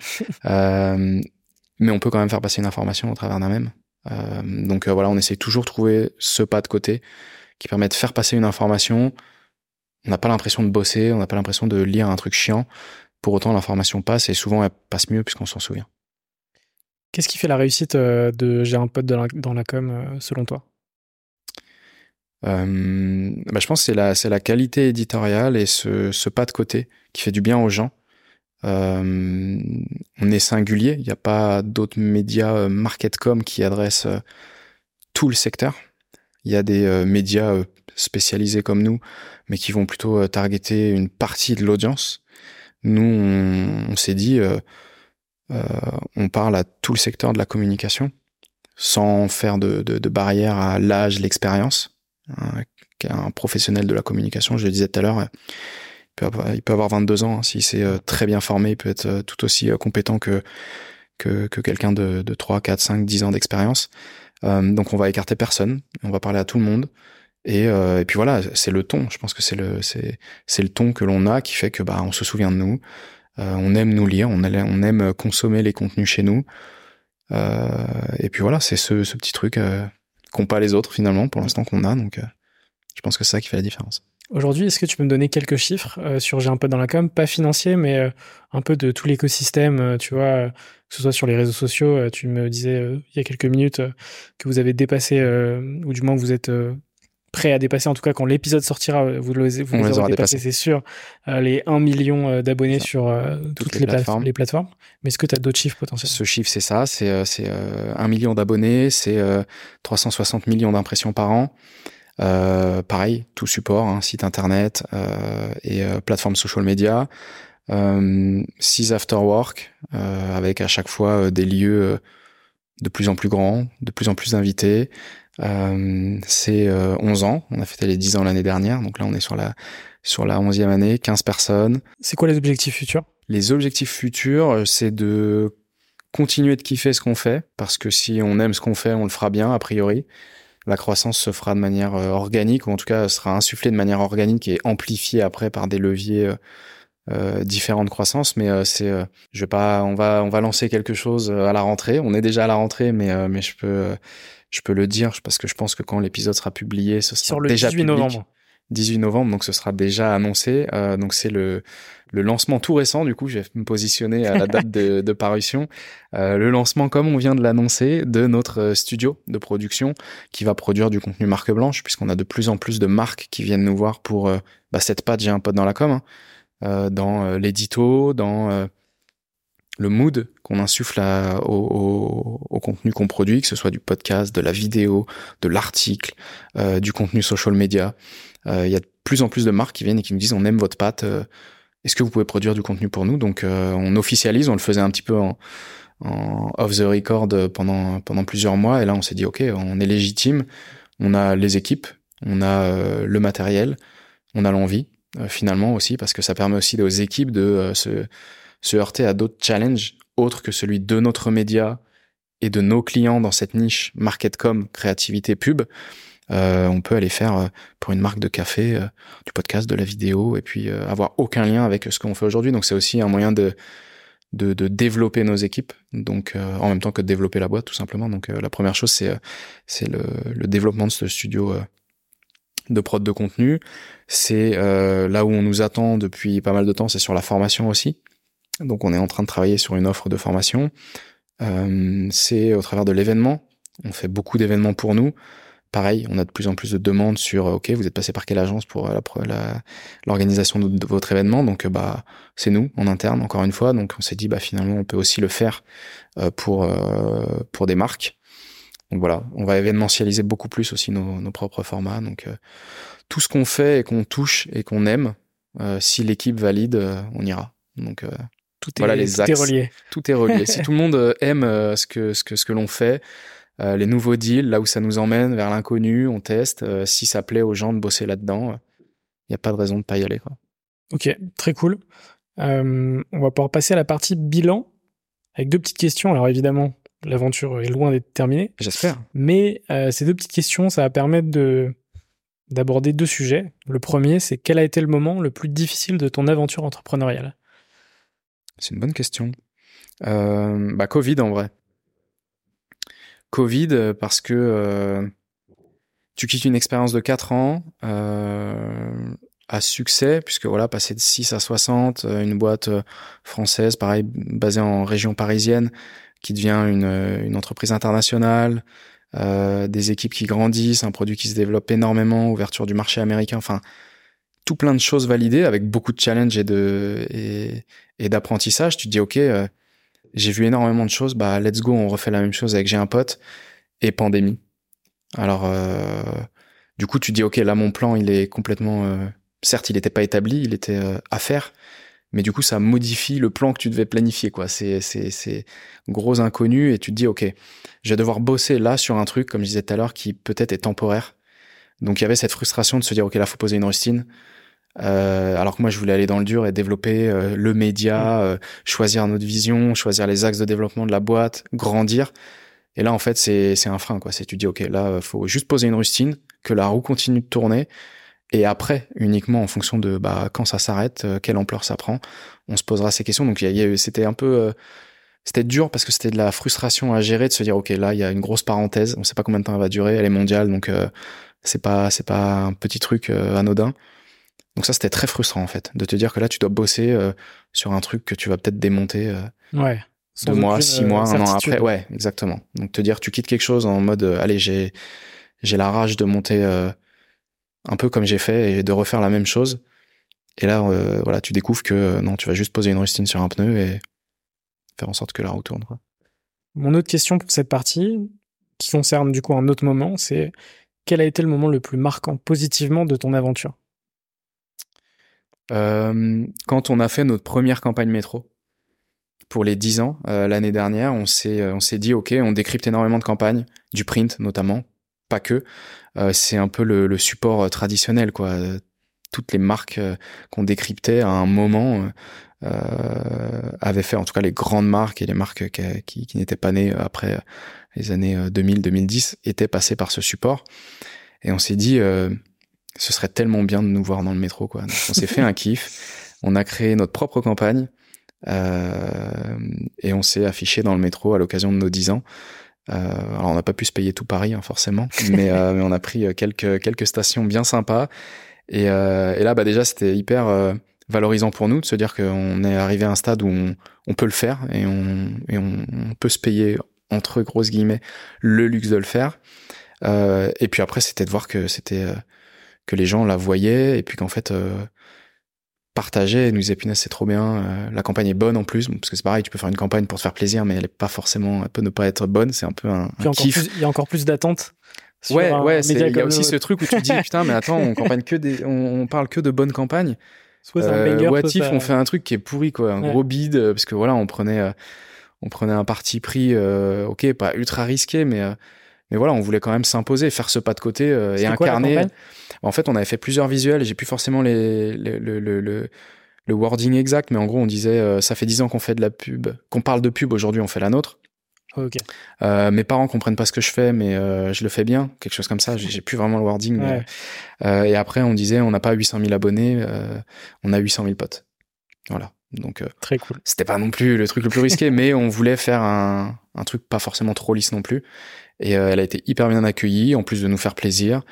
Mais on peut quand même faire passer une information au travers d'un même. Donc voilà, on essaie toujours de trouver ce pas de côté qui permet de faire passer une information. On n'a pas l'impression de bosser, on n'a pas l'impression de lire un truc chiant. Pour autant, l'information passe, et souvent, elle passe mieux puisqu'on s'en souvient. Qu'est-ce qui fait la réussite de J'ai un pote dans la com, selon toi? Je pense que c'est la qualité éditoriale et ce pas de côté qui fait du bien aux gens. On est singulier, il n'y a pas d'autres médias marketcom qui adressent tout le secteur. Il y a des médias spécialisés comme nous, mais qui vont plutôt targeter une partie de l'audience. Nous, on s'est dit, on parle à tout le secteur de la communication, sans faire de barrière à l'âge, l'expérience. Un professionnel de la communication, je le disais tout à l'heure, il peut avoir 22 ans, hein, s'il s'est très bien formé, il peut être tout aussi compétent que quelqu'un de 3, 4, 5, 10 ans d'expérience. Donc on va écarter personne, on va parler à tout le monde. Et puis voilà, c'est le ton. Je pense que c'est le ton que l'on a qui fait que on se souvient de nous. On aime nous lire, on aime consommer les contenus chez nous. Et puis voilà, c'est ce petit truc qu'ont pas les autres finalement pour l'instant qu'on a. Donc je pense que c'est ça qui fait la différence. Aujourd'hui, est-ce que tu peux me donner quelques chiffres sur J'ai un pote dans la com, pas financier, mais un peu de tout l'écosystème, tu vois, que ce soit sur les réseaux sociaux. Tu me disais il y a quelques minutes que vous avez dépassé, ou du moins que vous êtes prêt à dépasser, en tout cas quand l'épisode sortira, vous les aurez dépassé, c'est sûr, les 1 million d'abonnés sur toutes les plateformes. Mais est-ce que tu as d'autres chiffres potentiels? Ce chiffre, c'est ça, c'est 1 million d'abonnés, c'est 360 millions d'impressions par an. Pareil, tout support, hein, site internet et plateforme social media. 6 after work avec à chaque fois des lieux de plus en plus grand, de plus en plus invités. C'est 11 ans. On a fêté les 10 ans l'année dernière. Donc là, on est sur la 11e année, 15 personnes. C'est quoi les objectifs futurs? Les objectifs futurs, c'est de continuer de kiffer ce qu'on fait, parce que si on aime ce qu'on fait, on le fera bien, a priori. La croissance se fera de manière organique, ou en tout cas sera insufflée de manière organique et amplifiée après par des leviers différents de croissance. Mais on va lancer quelque chose à la rentrée. On est déjà à la rentrée, mais je peux le dire parce que je pense que quand l'épisode sera publié, ce sera Sur le déjà 18 public. novembre. 18 novembre, donc ce sera déjà annoncé. Donc c'est le lancement tout récent, du coup, je vais me positionner à la date de parution. Le lancement, comme on vient de l'annoncer, de notre studio de production qui va produire du contenu marque blanche, puisqu'on a de plus en plus de marques qui viennent nous voir pour cette patte, j'ai un pote dans la com, dans l'édito, dans le mood qu'on insuffle au contenu qu'on produit, que ce soit du podcast, de la vidéo, de l'article, du contenu social media. Il y a de plus en plus de marques qui viennent et qui nous disent on aime votre patte, est-ce que vous pouvez produire du contenu pour nous? Donc on officialise, on le faisait un petit peu en off the record pendant plusieurs mois, et là on s'est dit ok, on est légitime, on a les équipes, on a le matériel, on a l'envie finalement aussi, parce que ça permet aussi aux équipes de se heurter à d'autres challenges autres que celui de notre média et de nos clients dans cette niche marketcom, créativité, pub. On peut aller faire pour une marque de café du podcast, de la vidéo, et puis avoir aucun lien avec ce qu'on fait aujourd'hui. Donc c'est aussi un moyen de développer nos équipes, donc en même temps que de développer la boîte tout simplement. Donc la première chose c'est le développement de ce studio de prod de contenu. C'est là où on nous attend depuis pas mal de temps, c'est sur la formation aussi. Donc on est en train de travailler sur une offre de formation. C'est au travers de l'événement. On fait beaucoup d'événements pour nous. Pareil, on a de plus en plus de demandes sur ok, vous êtes passé par quelle agence pour l'organisation de votre événement? Donc c'est nous en interne encore une fois. Donc on s'est dit finalement on peut aussi le faire pour des marques. Donc voilà, on va événementialiser beaucoup plus aussi nos propres formats. Donc tout ce qu'on fait et qu'on touche et qu'on aime, si l'équipe valide, on ira. Donc tout voilà les axes. Est relié. Tout est relié. Si tout le monde aime ce que l'on fait, les nouveaux deals, là où ça nous emmène vers l'inconnu, on teste. Si ça plaît aux gens de bosser là-dedans, il n'y a pas de raison de pas y aller, quoi. Ok, très cool. On va pouvoir passer à la partie bilan avec deux petites questions. Alors évidemment, l'aventure est loin d'être terminée. J'espère. Mais ces deux petites questions, ça va permettre d'aborder deux sujets. Le premier, c'est quel a été le moment le plus difficile de ton aventure entrepreneuriale? C'est une bonne question. Covid en vrai. Covid parce que tu quittes une expérience de 4 ans à succès, puisque voilà, passer de 6 à 60, une boîte française, pareil, basée en région parisienne, qui devient une entreprise internationale, des équipes qui grandissent, un produit qui se développe énormément, ouverture du marché américain, enfin tout plein de choses validées avec beaucoup de challenges et d'apprentissage. Tu te dis ok, j'ai vu énormément de choses, let's go, on refait la même chose avec J'ai un pote et pandémie. Alors du coup tu te dis ok, là mon plan il est complètement certes il était pas établi, il était à faire, mais du coup ça modifie le plan que tu devais planifier, quoi. C'est gros inconnu, et tu te dis ok, je vais devoir bosser là sur un truc, comme je disais tout à l'heure, qui peut-être est temporaire. Donc il y avait cette frustration de se dire ok, là faut poser une rustine, alors que moi je voulais aller dans le dur et développer le média, choisir notre vision, choisir les axes de développement de la boîte, grandir. Et là en fait c'est un frein, quoi. C'est tu dis ok, là faut juste poser une rustine, que la roue continue de tourner, et après uniquement en fonction de quand ça s'arrête, quelle ampleur ça prend, on se posera ces questions. Donc c'était un peu c'était dur parce que c'était de la frustration à gérer, de se dire ok, là il y a une grosse parenthèse, on sait pas combien de temps elle va durer, elle est mondiale, donc c'est pas un petit truc anodin. Donc ça c'était très frustrant en fait, de te dire que là tu dois bosser sur un truc que tu vas peut-être démonter 2 mois, 6 mois, un an après. Ouais, exactement. Donc te dire tu quittes quelque chose en mode allez, j'ai la rage de monter un peu comme j'ai fait et de refaire la même chose. Et là voilà, tu découvres que non, tu vas juste poser une rustine sur un pneu et faire en sorte que la roue tourne, quoi. Mon autre question pour cette partie, qui concerne du coup un autre moment, c'est quel a été le moment le plus marquant positivement de ton aventure? Quand on a fait notre première campagne métro, pour les 10 ans, l'année dernière, on s'est dit, OK, on décrypte énormément de campagnes, du print notamment, pas que. C'est un peu le support traditionnel, quoi. Toutes les marques qu'on décryptait à un moment avaient fait, en tout cas les grandes marques et les marques qui n'étaient pas nées après les années 2000-2010 étaient passées par ce support. Et on s'est dit, ce serait tellement bien de nous voir dans le métro, quoi. Donc, on s'est fait un kiff, on a créé notre propre campagne et on s'est affiché dans le métro à l'occasion de nos 10 ans. Alors on n'a pas pu se payer tout Paris, hein, forcément, mais on a pris quelques stations bien sympas. Et là, bah déjà, c'était hyper valorisant pour nous de se dire qu'on est arrivé à un stade où on peut le faire et on peut se payer, entre grosses guillemets, le luxe de le faire. Et puis après, c'était de voir que que les gens la voyaient et puis qu'en fait partageaient et nous disaient punaise, c'est trop bien, la campagne est bonne en plus, parce que c'est pareil, tu peux faire une campagne pour te faire plaisir, mais elle peut ne pas être bonne, c'est un peu un kiff. Il y a encore plus d'attente. Il y a aussi ce truc où tu te dis putain, mais attends, on parle que de bonnes campagnes. Soit c'est un banger, What if on fait un truc qui est pourri, quoi, gros bide, parce que voilà, on prenait un parti pris, ok, pas ultra risqué, mais voilà, on voulait quand même s'imposer, faire ce pas de côté et incarner. En fait, on avait fait plusieurs visuels, j'ai plus forcément le wording exact, mais en gros, on disait ça fait 10 ans qu'on fait de la pub, qu'on parle de pub, aujourd'hui on fait la nôtre. Okay. Mes parents comprennent pas ce que je fais, mais je le fais bien, quelque chose comme ça. J'ai plus vraiment le wording. Ouais. Et après, on disait, on n'a pas 800 000 abonnés, on a 800 000 potes. Voilà. Donc très cool. C'était pas non plus le truc le plus risqué, mais on voulait faire un truc pas forcément trop lisse non plus. Et elle a été hyper bien accueillie, en plus de nous faire plaisir.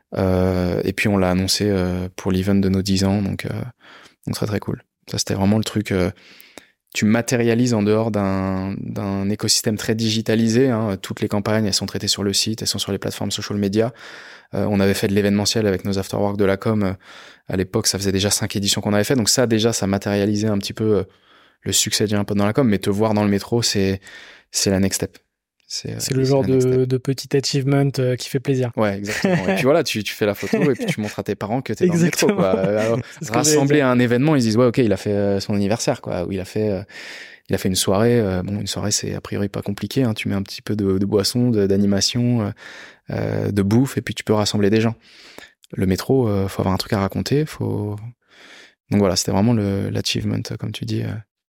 Et puis on l'a annoncé pour l'event de nos 10 ans, donc très très cool. Ça, c'était vraiment le truc. Tu matérialises en dehors d'un écosystème très digitalisé, hein. Toutes les campagnes, elles sont traitées sur le site, elles sont sur les plateformes social media. On avait fait de l'événementiel avec nos afterwork de la com. À l'époque, ça faisait déjà 5 éditions qu'on avait fait. Donc ça, déjà, ça matérialisait un petit peu le succès d'un peu dans la com. Mais te voir dans le métro, c'est la next step. C'est le genre de petit achievement qui fait plaisir. Ouais, exactement. Et puis voilà, tu fais la photo et puis tu montres à tes parents que t'es dans le métro, quoi. Alors, rassembler à un événement, ils se disent ouais, ok, il a fait son anniversaire, quoi. Ou il a fait une soirée. Bon, une soirée, c'est a priori pas compliqué, hein. Tu mets un petit peu de boisson, d'animation, de bouffe, et puis tu peux rassembler des gens. Le métro, faut avoir un truc à raconter, Donc voilà, c'était vraiment l'achievement, comme tu dis,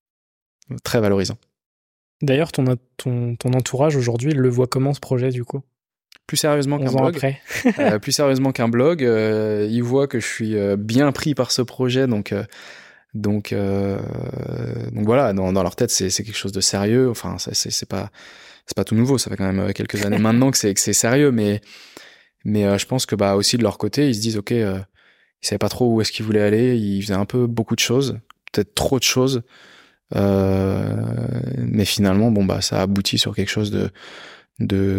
très valorisant. D'ailleurs, ton entourage aujourd'hui, il le voit comment ce projet, du coup ? Plus sérieusement qu'un blog. Plus sérieusement qu'un blog, il voit que je suis bien pris par ce projet, donc voilà, dans leur tête, c'est quelque chose de sérieux. Enfin, c'est pas tout nouveau. Ça fait quand même quelques années maintenant que c'est sérieux, mais je pense que bah aussi de leur côté, ils se disent ok, ils savaient pas trop où est-ce qu'ils voulaient aller. Ils faisaient un peu beaucoup de choses, peut-être trop de choses. Mais finalement, bon bah ça aboutit sur quelque chose de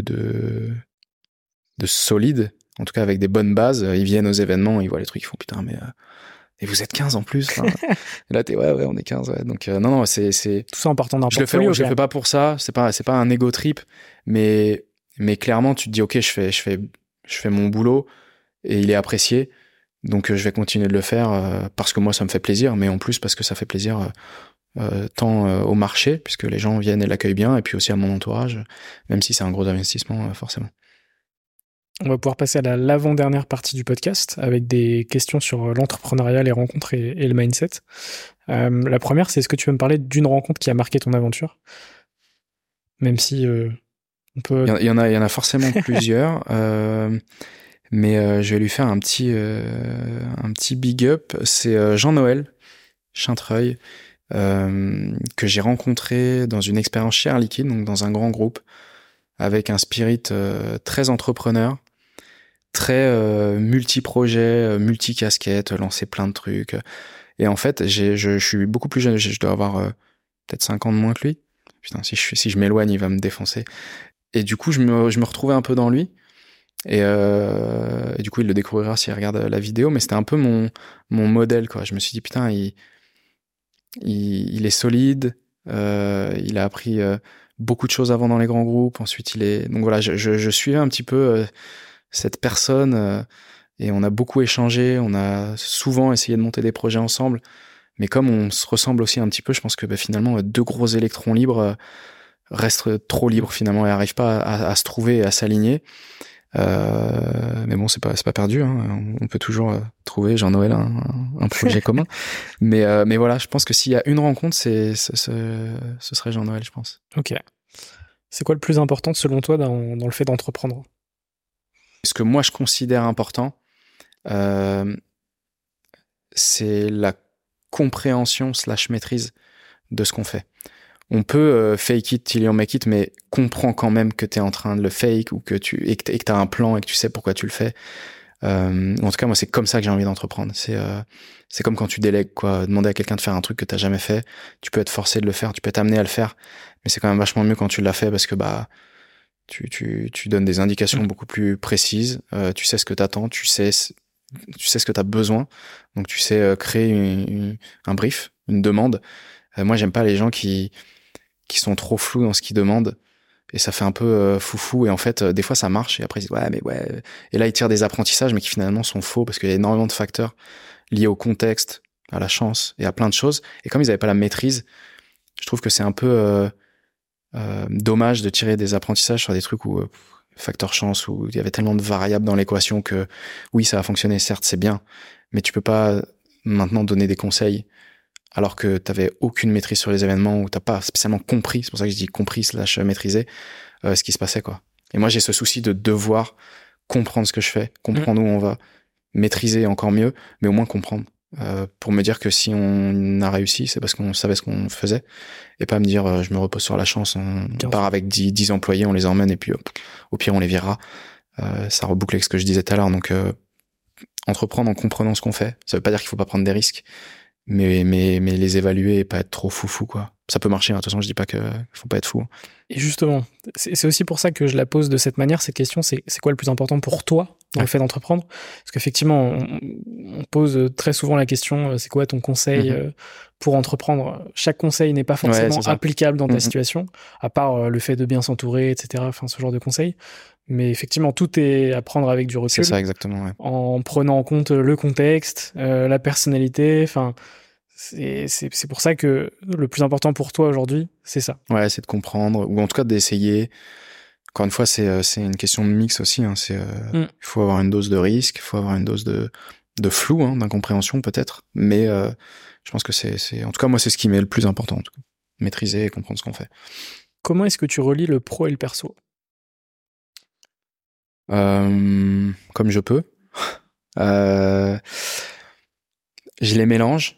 solide, en tout cas avec des bonnes bases. Ils viennent aux événements, ils voient les trucs, ils font putain, mais et vous êtes 15 en plus. Enfin, et là t'es ouais, on est 15. Ouais. Donc non, c'est tout ça important d'un portfolio. Je le fais pas pour ça. C'est pas un ego trip, mais clairement tu te dis ok, je fais mon boulot et il est apprécié. Donc je vais continuer de le faire parce que moi ça me fait plaisir, mais en plus parce que ça fait plaisir. Tant au marché, puisque les gens viennent et l'accueillent bien, et puis aussi à mon entourage, même si c'est un gros investissement, forcément. On va pouvoir passer à l'avant-dernière partie du podcast, avec des questions sur l'entrepreneuriat, les rencontres et le mindset. La première, c'est est-ce que tu veux me parler d'une rencontre qui a marqué ton aventure ? Même si on peut... Il y en a forcément plusieurs, mais je vais lui faire un petit big up. C'est Jean-Noël Chintreuil, que j'ai rencontré dans une expérience chez Air Liquide, donc dans un grand groupe, avec un spirit très entrepreneur, très multi-projet, multi-casquette, lancer plein de trucs. Et en fait, je suis beaucoup plus jeune, je dois avoir peut-être 5 ans de moins que lui. Putain, si je m'éloigne, il va me défoncer. Et du coup, je me retrouvais un peu dans lui. Et du coup, il le découvrira s'il regarde la vidéo, mais c'était un peu mon modèle, quoi. Je me suis dit, putain, il est solide, il a appris beaucoup de choses avant dans les grands groupes, ensuite donc voilà, je suivais un petit peu cette personne et on a beaucoup échangé, on a souvent essayé de monter des projets ensemble, Mais comme on se ressemble aussi un petit peu, je pense que finalement, deux gros électrons libres restent trop libres finalement et arrivent pas à se trouver et à s'aligner. Mais bon, c'est pas perdu, hein. On peut toujours trouver Jean-Noël un projet commun. Mais voilà, je pense que s'il y a une rencontre, ce serait Jean-Noël, je pense. Ok. C'est quoi le plus important selon toi dans le fait d'entreprendre? Ce que moi je considère important, c'est la compréhension / maîtrise de ce qu'on fait. On peut fake it till you make it, mais comprends quand même que t'es en train de le fake ou que t'as un plan et que tu sais pourquoi tu le fais. En tout cas, moi, c'est comme ça que j'ai envie d'entreprendre. C'est comme quand tu délègues, quoi. Demander à quelqu'un de faire un truc que t'as jamais fait. Tu peux être forcé de le faire, tu peux être amené à le faire, mais c'est quand même vachement mieux quand tu l'as fait parce que tu donnes des indications beaucoup plus précises. Tu sais ce que t'attends, tu sais ce que t'as besoin. Donc tu sais créer un brief, une demande. Moi, j'aime pas les gens qui sont trop flous dans ce qu'ils demandent. Et ça fait un peu foufou. Et en fait, des fois, ça marche. Et après, ils disent, ouais, mais ouais. Et là, ils tirent des apprentissages, mais qui finalement sont faux parce qu'il y a énormément de facteurs liés au contexte, à la chance et à plein de choses. Et comme ils n'avaient pas la maîtrise, je trouve que c'est un peu dommage de tirer des apprentissages sur des trucs où facteur chance, où il y avait tellement de variables dans l'équation que oui, ça a fonctionné. Certes, c'est bien, mais tu peux pas maintenant donner des conseils alors que t'avais aucune maîtrise sur les événements ou t'as pas spécialement compris, c'est pour ça que je dis compris / maîtriser ce qui se passait, quoi. Et moi, j'ai ce souci de devoir comprendre ce que je fais, comprendre où on va, maîtriser encore mieux, mais au moins comprendre. Pour me dire que si on a réussi, c'est parce qu'on savait ce qu'on faisait et pas me dire je me repose sur la chance, on part avec 10 employés, on les emmène et puis au pire on les virera. Ça reboucle avec ce que je disais tout à l'heure. Donc entreprendre en comprenant ce qu'on fait, ça veut pas dire qu'il faut pas prendre des risques, mais les évaluer et pas être trop foufou, quoi. Ça peut marcher, hein. De toute façon, je dis pas que faut pas être fou. Et justement, c'est aussi pour ça que je la pose de cette manière, cette question, c'est quoi le plus important pour toi dans le fait d'entreprendre? Parce qu'effectivement, on pose très souvent la question, c'est quoi ton conseil pour entreprendre? Chaque conseil n'est pas forcément applicable dans ta situation, à part le fait de bien s'entourer, etc., enfin, ce genre de conseils. Mais effectivement, tout est à prendre avec du recul. C'est ça, exactement, ouais. En prenant en compte le contexte, la personnalité, enfin... C'est pour ça que le plus important pour toi aujourd'hui, c'est ça. Ouais, c'est de comprendre, ou en tout cas d'essayer. Encore une fois, c'est une question de mix aussi, hein. Il faut avoir une dose de risque, il faut avoir une dose de flou, hein, d'incompréhension peut-être. Mais je pense que en tout cas, moi, c'est ce qui m'est le plus important, en tout cas. Maîtriser et comprendre ce qu'on fait. Comment est-ce que tu relis le pro et le perso? Comme je peux. Je les mélange.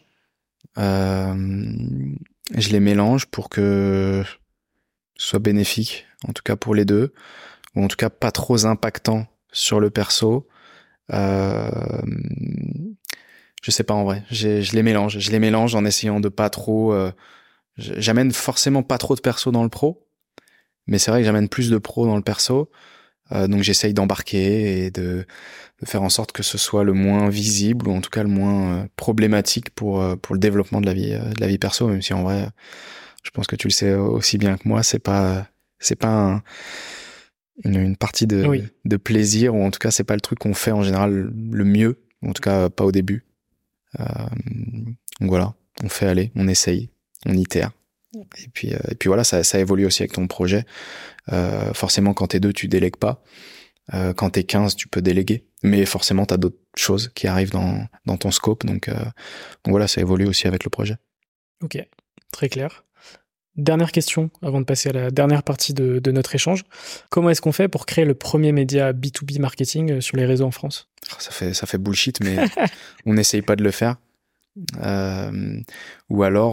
Je les mélange pour que ce soit bénéfique, en tout cas pour les deux, ou en tout cas pas trop impactant sur le perso. Je sais pas en vrai. Je les mélange en essayant de pas trop. J'amène forcément pas trop de perso dans le pro, mais c'est vrai que j'amène plus de pro dans le perso. Donc j'essaye d'embarquer et de faire en sorte que ce soit le moins visible ou en tout cas le moins problématique pour le développement de la vie perso, même si en vrai je pense que tu le sais aussi bien que moi, c'est pas une partie de plaisir, ou en tout cas c'est pas le truc qu'on fait en général le mieux, en tout cas pas au début. Donc voilà, on fait aller, on essaye, on itère. Et puis voilà, ça évolue aussi avec ton projet. Forcément, quand t'es 2, tu délègues pas. Quand t'es 15, tu peux déléguer. Mais forcément, t'as d'autres choses qui arrivent dans ton scope. Donc voilà, ça évolue aussi avec le projet. Ok, très clair. Dernière question, avant de passer à la dernière partie de notre échange. Comment est-ce qu'on fait pour créer le premier média B2B marketing sur les réseaux en France? Ça fait bullshit, mais on n'essaye pas de le faire. Ou alors,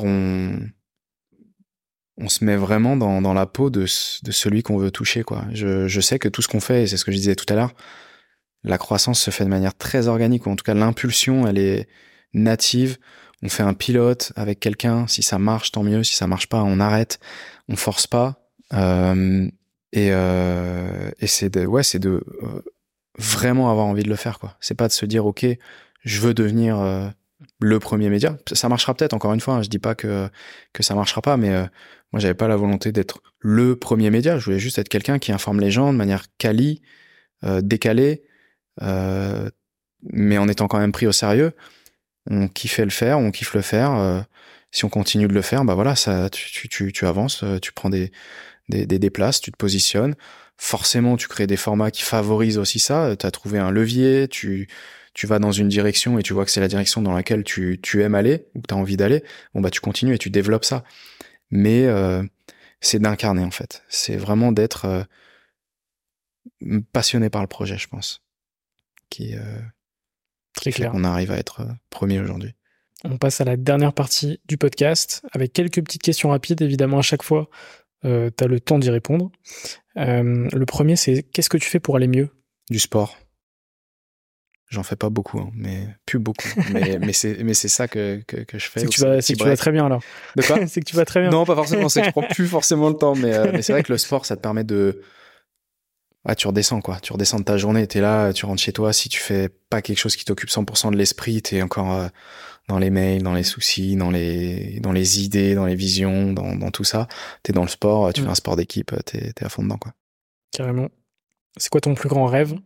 on se met vraiment dans la peau de celui qu'on veut toucher, quoi. Je sais que tout ce qu'on fait, et c'est ce que je disais tout à l'heure, la croissance se fait de manière très organique, ou en tout cas l'impulsion, elle est native. On fait un pilote avec quelqu'un, si ça marche, tant mieux, si ça marche pas, on arrête, on force pas. Et c'est de vraiment avoir envie de le faire, quoi. C'est pas de se dire, ok, je veux devenir le premier média. Ça marchera peut-être, encore une fois, hein, je dis pas que ça marchera pas, mais moi j'avais pas la volonté d'être le premier média, je voulais juste être quelqu'un qui informe les gens de manière quali, décalée, mais en étant quand même pris au sérieux. on kiffait le faire, on kiffe le faire. Si on continue de le faire, bah voilà, ça, tu avances, tu prends des places, tu te positionnes. Forcément, tu crées des formats qui favorisent aussi ça. Tu as trouvé un levier, tu vas dans une direction et tu vois que c'est la direction dans laquelle tu aimes aller ou que tu as envie d'aller. Bon, bah tu continues et tu développes ça. Mais c'est d'incarner, en fait. C'est vraiment d'être passionné par le projet, je pense. Qui Très fait clair. qu'on arrive à être premier aujourd'hui. On passe à la dernière partie du podcast avec quelques petites questions rapides. Évidemment, à chaque fois, tu as le temps d'y répondre. Le premier, c'est qu'est-ce que tu fais pour aller mieux? Du sport. J'en fais pas beaucoup, hein, mais plus beaucoup. mais c'est ça que je fais. C'est que tu vas très bien alors. De quoi? C'est que tu vas très bien. Non, pas forcément. C'est que je prends plus forcément le temps, mais c'est vrai que le sport, ça te permet de. Ouais, tu redescends, quoi. Tu redescends de ta journée, t'es là, tu rentres chez toi. Si tu fais pas quelque chose qui t'occupe 100% de l'esprit, t'es encore dans les mails, dans les soucis, dans les idées, dans les visions, dans tout ça. T'es dans le sport, tu fais un sport d'équipe, t'es à fond dedans, quoi. Carrément. C'est quoi ton plus grand rêve?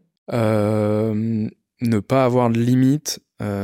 Ne pas avoir de limite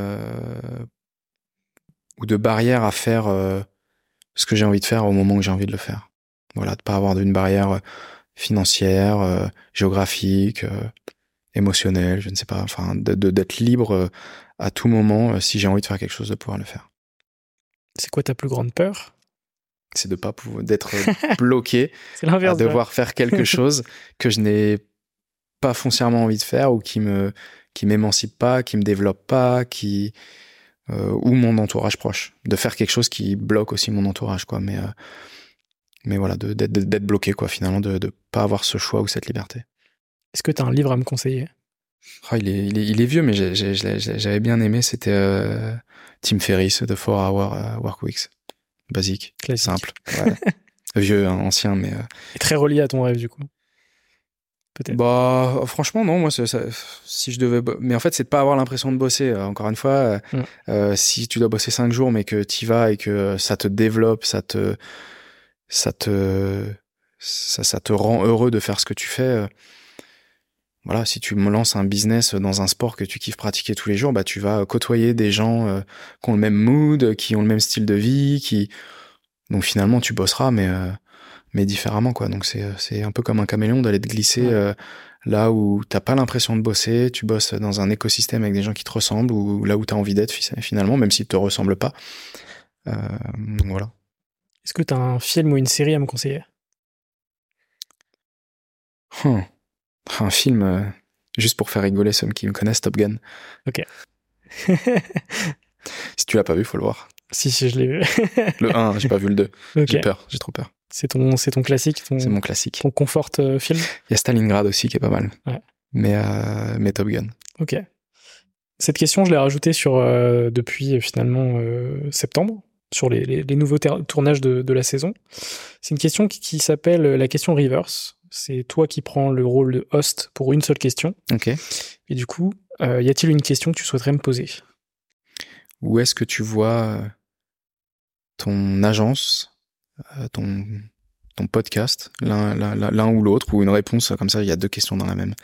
ou de barrière à faire ce que j'ai envie de faire au moment où j'ai envie de le faire. Voilà, de pas avoir d'une barrière financière, géographique, émotionnelle, je ne sais pas, enfin d'être libre à tout moment si j'ai envie de faire quelque chose, de pouvoir le faire. C'est quoi ta plus grande peur? C'est de pas pouvoir d'être bloqué C'est l'inverse, à devoir faire quelque chose que je n'ai pas foncièrement envie de faire ou qui m'émancipe pas, qui me développe pas, ou mon entourage proche, de faire quelque chose qui bloque aussi mon entourage, quoi. Mais voilà, d'être bloqué, quoi, finalement, de pas avoir ce choix ou cette liberté. Est-ce que tu as un livre à me conseiller? Oh, il est vieux, mais j'avais bien aimé. C'était Tim Ferriss, The 4-Hour Workweeks. Basique, classique, simple. Ouais. Vieux, hein, ancien, mais. Et très relié à ton rêve, du coup. Peut-être. Bah, franchement, non. Moi, si je devais, mais en fait, c'est de pas avoir l'impression de bosser. Encore une fois, si tu dois bosser 5 jours, mais que t'y vas et que ça te développe, ça te rend heureux de faire ce que tu fais. Voilà, si tu me lances un business dans un sport que tu kiffes pratiquer tous les jours, bah tu vas côtoyer des gens qui ont le même mood, qui ont le même style de vie, donc finalement tu bosseras, mais différemment, quoi. Donc c'est un peu comme un caméléon d'aller te glisser là où t'as pas l'impression de bosser, tu bosses dans un écosystème avec des gens qui te ressemblent, ou là où t'as envie d'être finalement, même s'ils te ressemblent pas. Donc voilà. Est-ce que t'as un film ou une série à me conseiller? Un film, juste pour faire rigoler ceux qui me connaissent, Top Gun. Ok. Si tu l'as pas vu, faut le voir. Si, je l'ai vu. Le 1, j'ai pas vu le 2. Okay. J'ai peur, j'ai trop peur. C'est ton classique? C'est mon classique. Ton confort film? Il y a Stalingrad aussi qui est pas mal. Ouais. Mais Top Gun. Ok. Cette question, je l'ai rajoutée depuis finalement septembre, sur les nouveaux tournages de la saison. C'est une question qui s'appelle la question reverse. C'est toi qui prends le rôle de host pour une seule question. Ok. Et du coup, y a-t-il une question que tu souhaiterais me poser? Où est-ce que tu vois ton agence, ton podcast, l'un ou l'autre, ou une réponse comme ça, il y a 2 questions dans la même,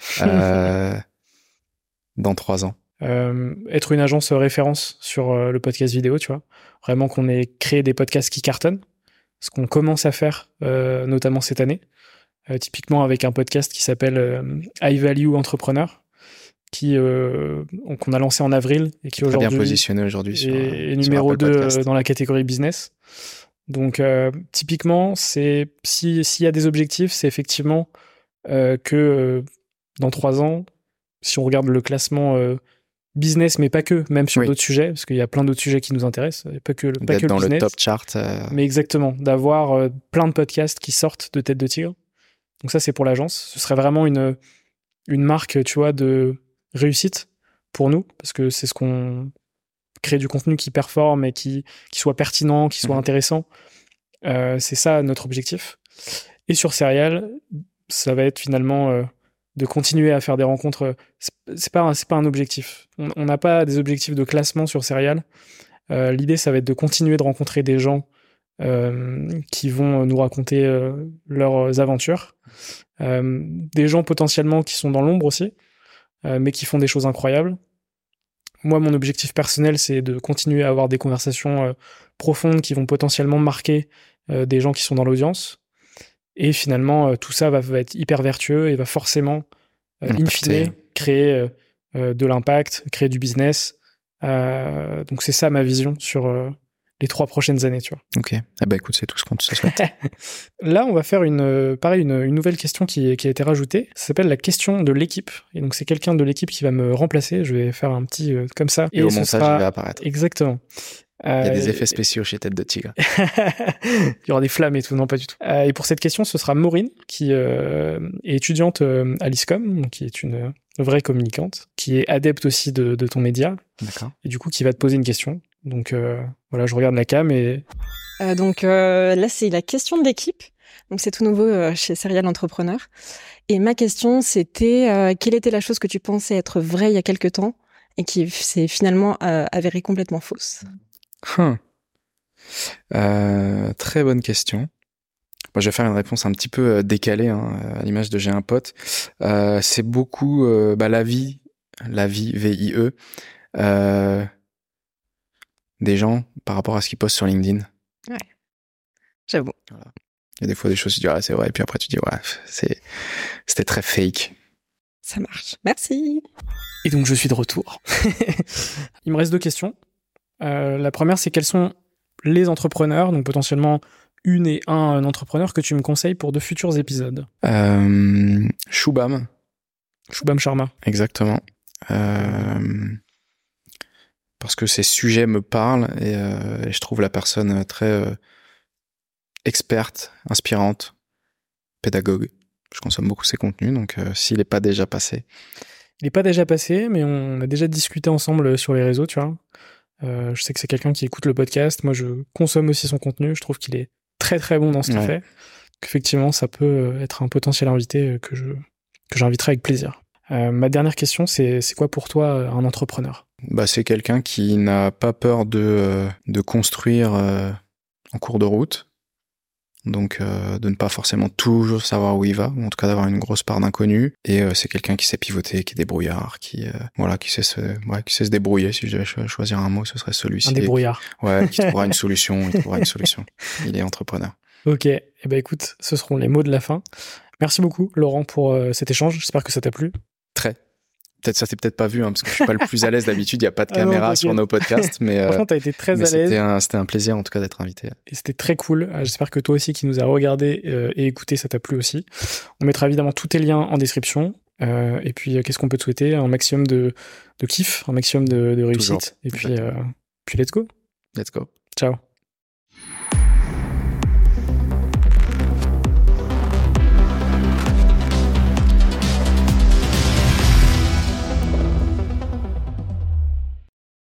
dans 3 ans? Être une agence référence sur le podcast vidéo, tu vois. Vraiment qu'on ait créé des podcasts qui cartonnent, ce qu'on commence à faire, notamment cette année. Typiquement avec un podcast qui s'appelle High Value Entrepreneur, qu'on a lancé en avril et qui aujourd'hui bien positionné aujourd'hui est numéro 2 dans la catégorie business. Donc typiquement, s'il y a des objectifs, c'est effectivement que dans 3 ans, si on regarde le classement business, mais pas que, même sur d'autres sujets, parce qu'il y a plein d'autres sujets qui nous intéressent, pas que le dans business, le top chart. Mais exactement, d'avoir plein de podcasts qui sortent de Tête de Tigre. Donc ça, c'est pour l'agence. Ce serait vraiment une marque, tu vois, de réussite pour nous, parce que c'est ce qu'on crée, du contenu qui performe et qui soit pertinent, qui soit intéressant. C'est ça notre objectif. Et sur Serial, ça va être finalement de continuer à faire des rencontres. C'est pas un objectif. On n'a pas des objectifs de classement sur Serial. L'idée, ça va être de continuer de rencontrer des gens qui vont nous raconter leurs aventures. Des gens potentiellement qui sont dans l'ombre aussi, mais qui font des choses incroyables. moi, mon objectif personnel, c'est de continuer à avoir des conversations profondes qui vont potentiellement marquer des gens qui sont dans l'audience. Et finalement, tout ça va être hyper vertueux et va forcément, in fine, créer de l'impact, créer du business. Donc c'est ça ma vision sur les 3 prochaines années, tu vois. Ok. Ah bah écoute, c'est tout ce qu'on te souhaite. Là, on va faire une nouvelle question qui a été rajoutée. Ça s'appelle la question de l'équipe. Et donc c'est quelqu'un de l'équipe qui va me remplacer. Je vais faire un petit comme ça. Et au montage, il va apparaître. Exactement. Il y a des effets spéciaux chez Tête de Tigre. Il y aura des flammes et tout, non pas du tout. Et pour cette question, ce sera Maureen, qui est étudiante à l'ISCOM, qui est une vraie communicante, qui est adepte aussi de ton média. D'accord. Et du coup, qui va te poser une question. Donc voilà, je regarde la cam et... là, c'est la question de l'équipe. Donc c'est tout nouveau chez Serial Entrepreneur. Et ma question, c'était quelle était la chose que tu pensais être vraie il y a quelque temps et qui s'est finalement avérée complètement fausse? Très bonne question. Moi, je vais faire une réponse un petit peu décalée, à l'image de J'ai un pote. C'est beaucoup la vie, VIE, des gens par rapport à ce qu'ils postent sur LinkedIn. Ouais, j'avoue. Voilà. Il y a des fois des choses, tu dis, c'est vrai, et puis après tu dis, c'était très fake. Ça marche. Merci. Et donc, je suis de retour. Il me reste 2 questions. La première, c'est quels sont les entrepreneurs, donc potentiellement une et un entrepreneur que tu me conseilles pour de futurs épisodes? Shubham Sharma. Exactement. Parce que ces sujets me parlent et je trouve la personne très experte, inspirante, pédagogue. Je consomme beaucoup ses contenus, donc s'il n'est pas déjà passé. Il n'est pas déjà passé, mais on a déjà discuté ensemble sur les réseaux, tu vois. Je sais que c'est quelqu'un qui écoute le podcast. Moi, je consomme aussi son contenu. Je trouve qu'il est très très bon dans ce qu'il fait. Qu'effectivement, ça peut être un potentiel invité que j'inviterai avec plaisir. Ma dernière question, c'est quoi pour toi un entrepreneur? C'est quelqu'un qui n'a pas peur de construire en cours de route. Donc de ne pas forcément toujours savoir où il va, ou en tout cas d'avoir une grosse part d'inconnu. Et c'est quelqu'un qui sait pivoter, qui est débrouillard, qui sait se débrouiller. Si je devais choisir un mot, ce serait celui-ci. Un débrouillard. Qui trouvera une solution. Il est entrepreneur. Ok. Eh ben écoute, ce seront les mots de la fin. Merci beaucoup, Laurent, pour cet échange. J'espère que ça t'a plu. Très. Peut-être ça s'est peut-être pas vu, parce que je suis pas le plus à l'aise d'habitude. Il y a pas de caméra sur nos podcasts, mais franchement, t'as été très à l'aise. C'était un plaisir en tout cas d'être invité. Et c'était très cool. J'espère que toi aussi, qui nous as regardé et écouté, ça t'a plu aussi. On mettra évidemment tous tes liens en description. Et puis, qu'est-ce qu'on peut te souhaiter? Un maximum de kiff, un maximum de réussite. Toujours. Et puis let's go. Let's go. Ciao.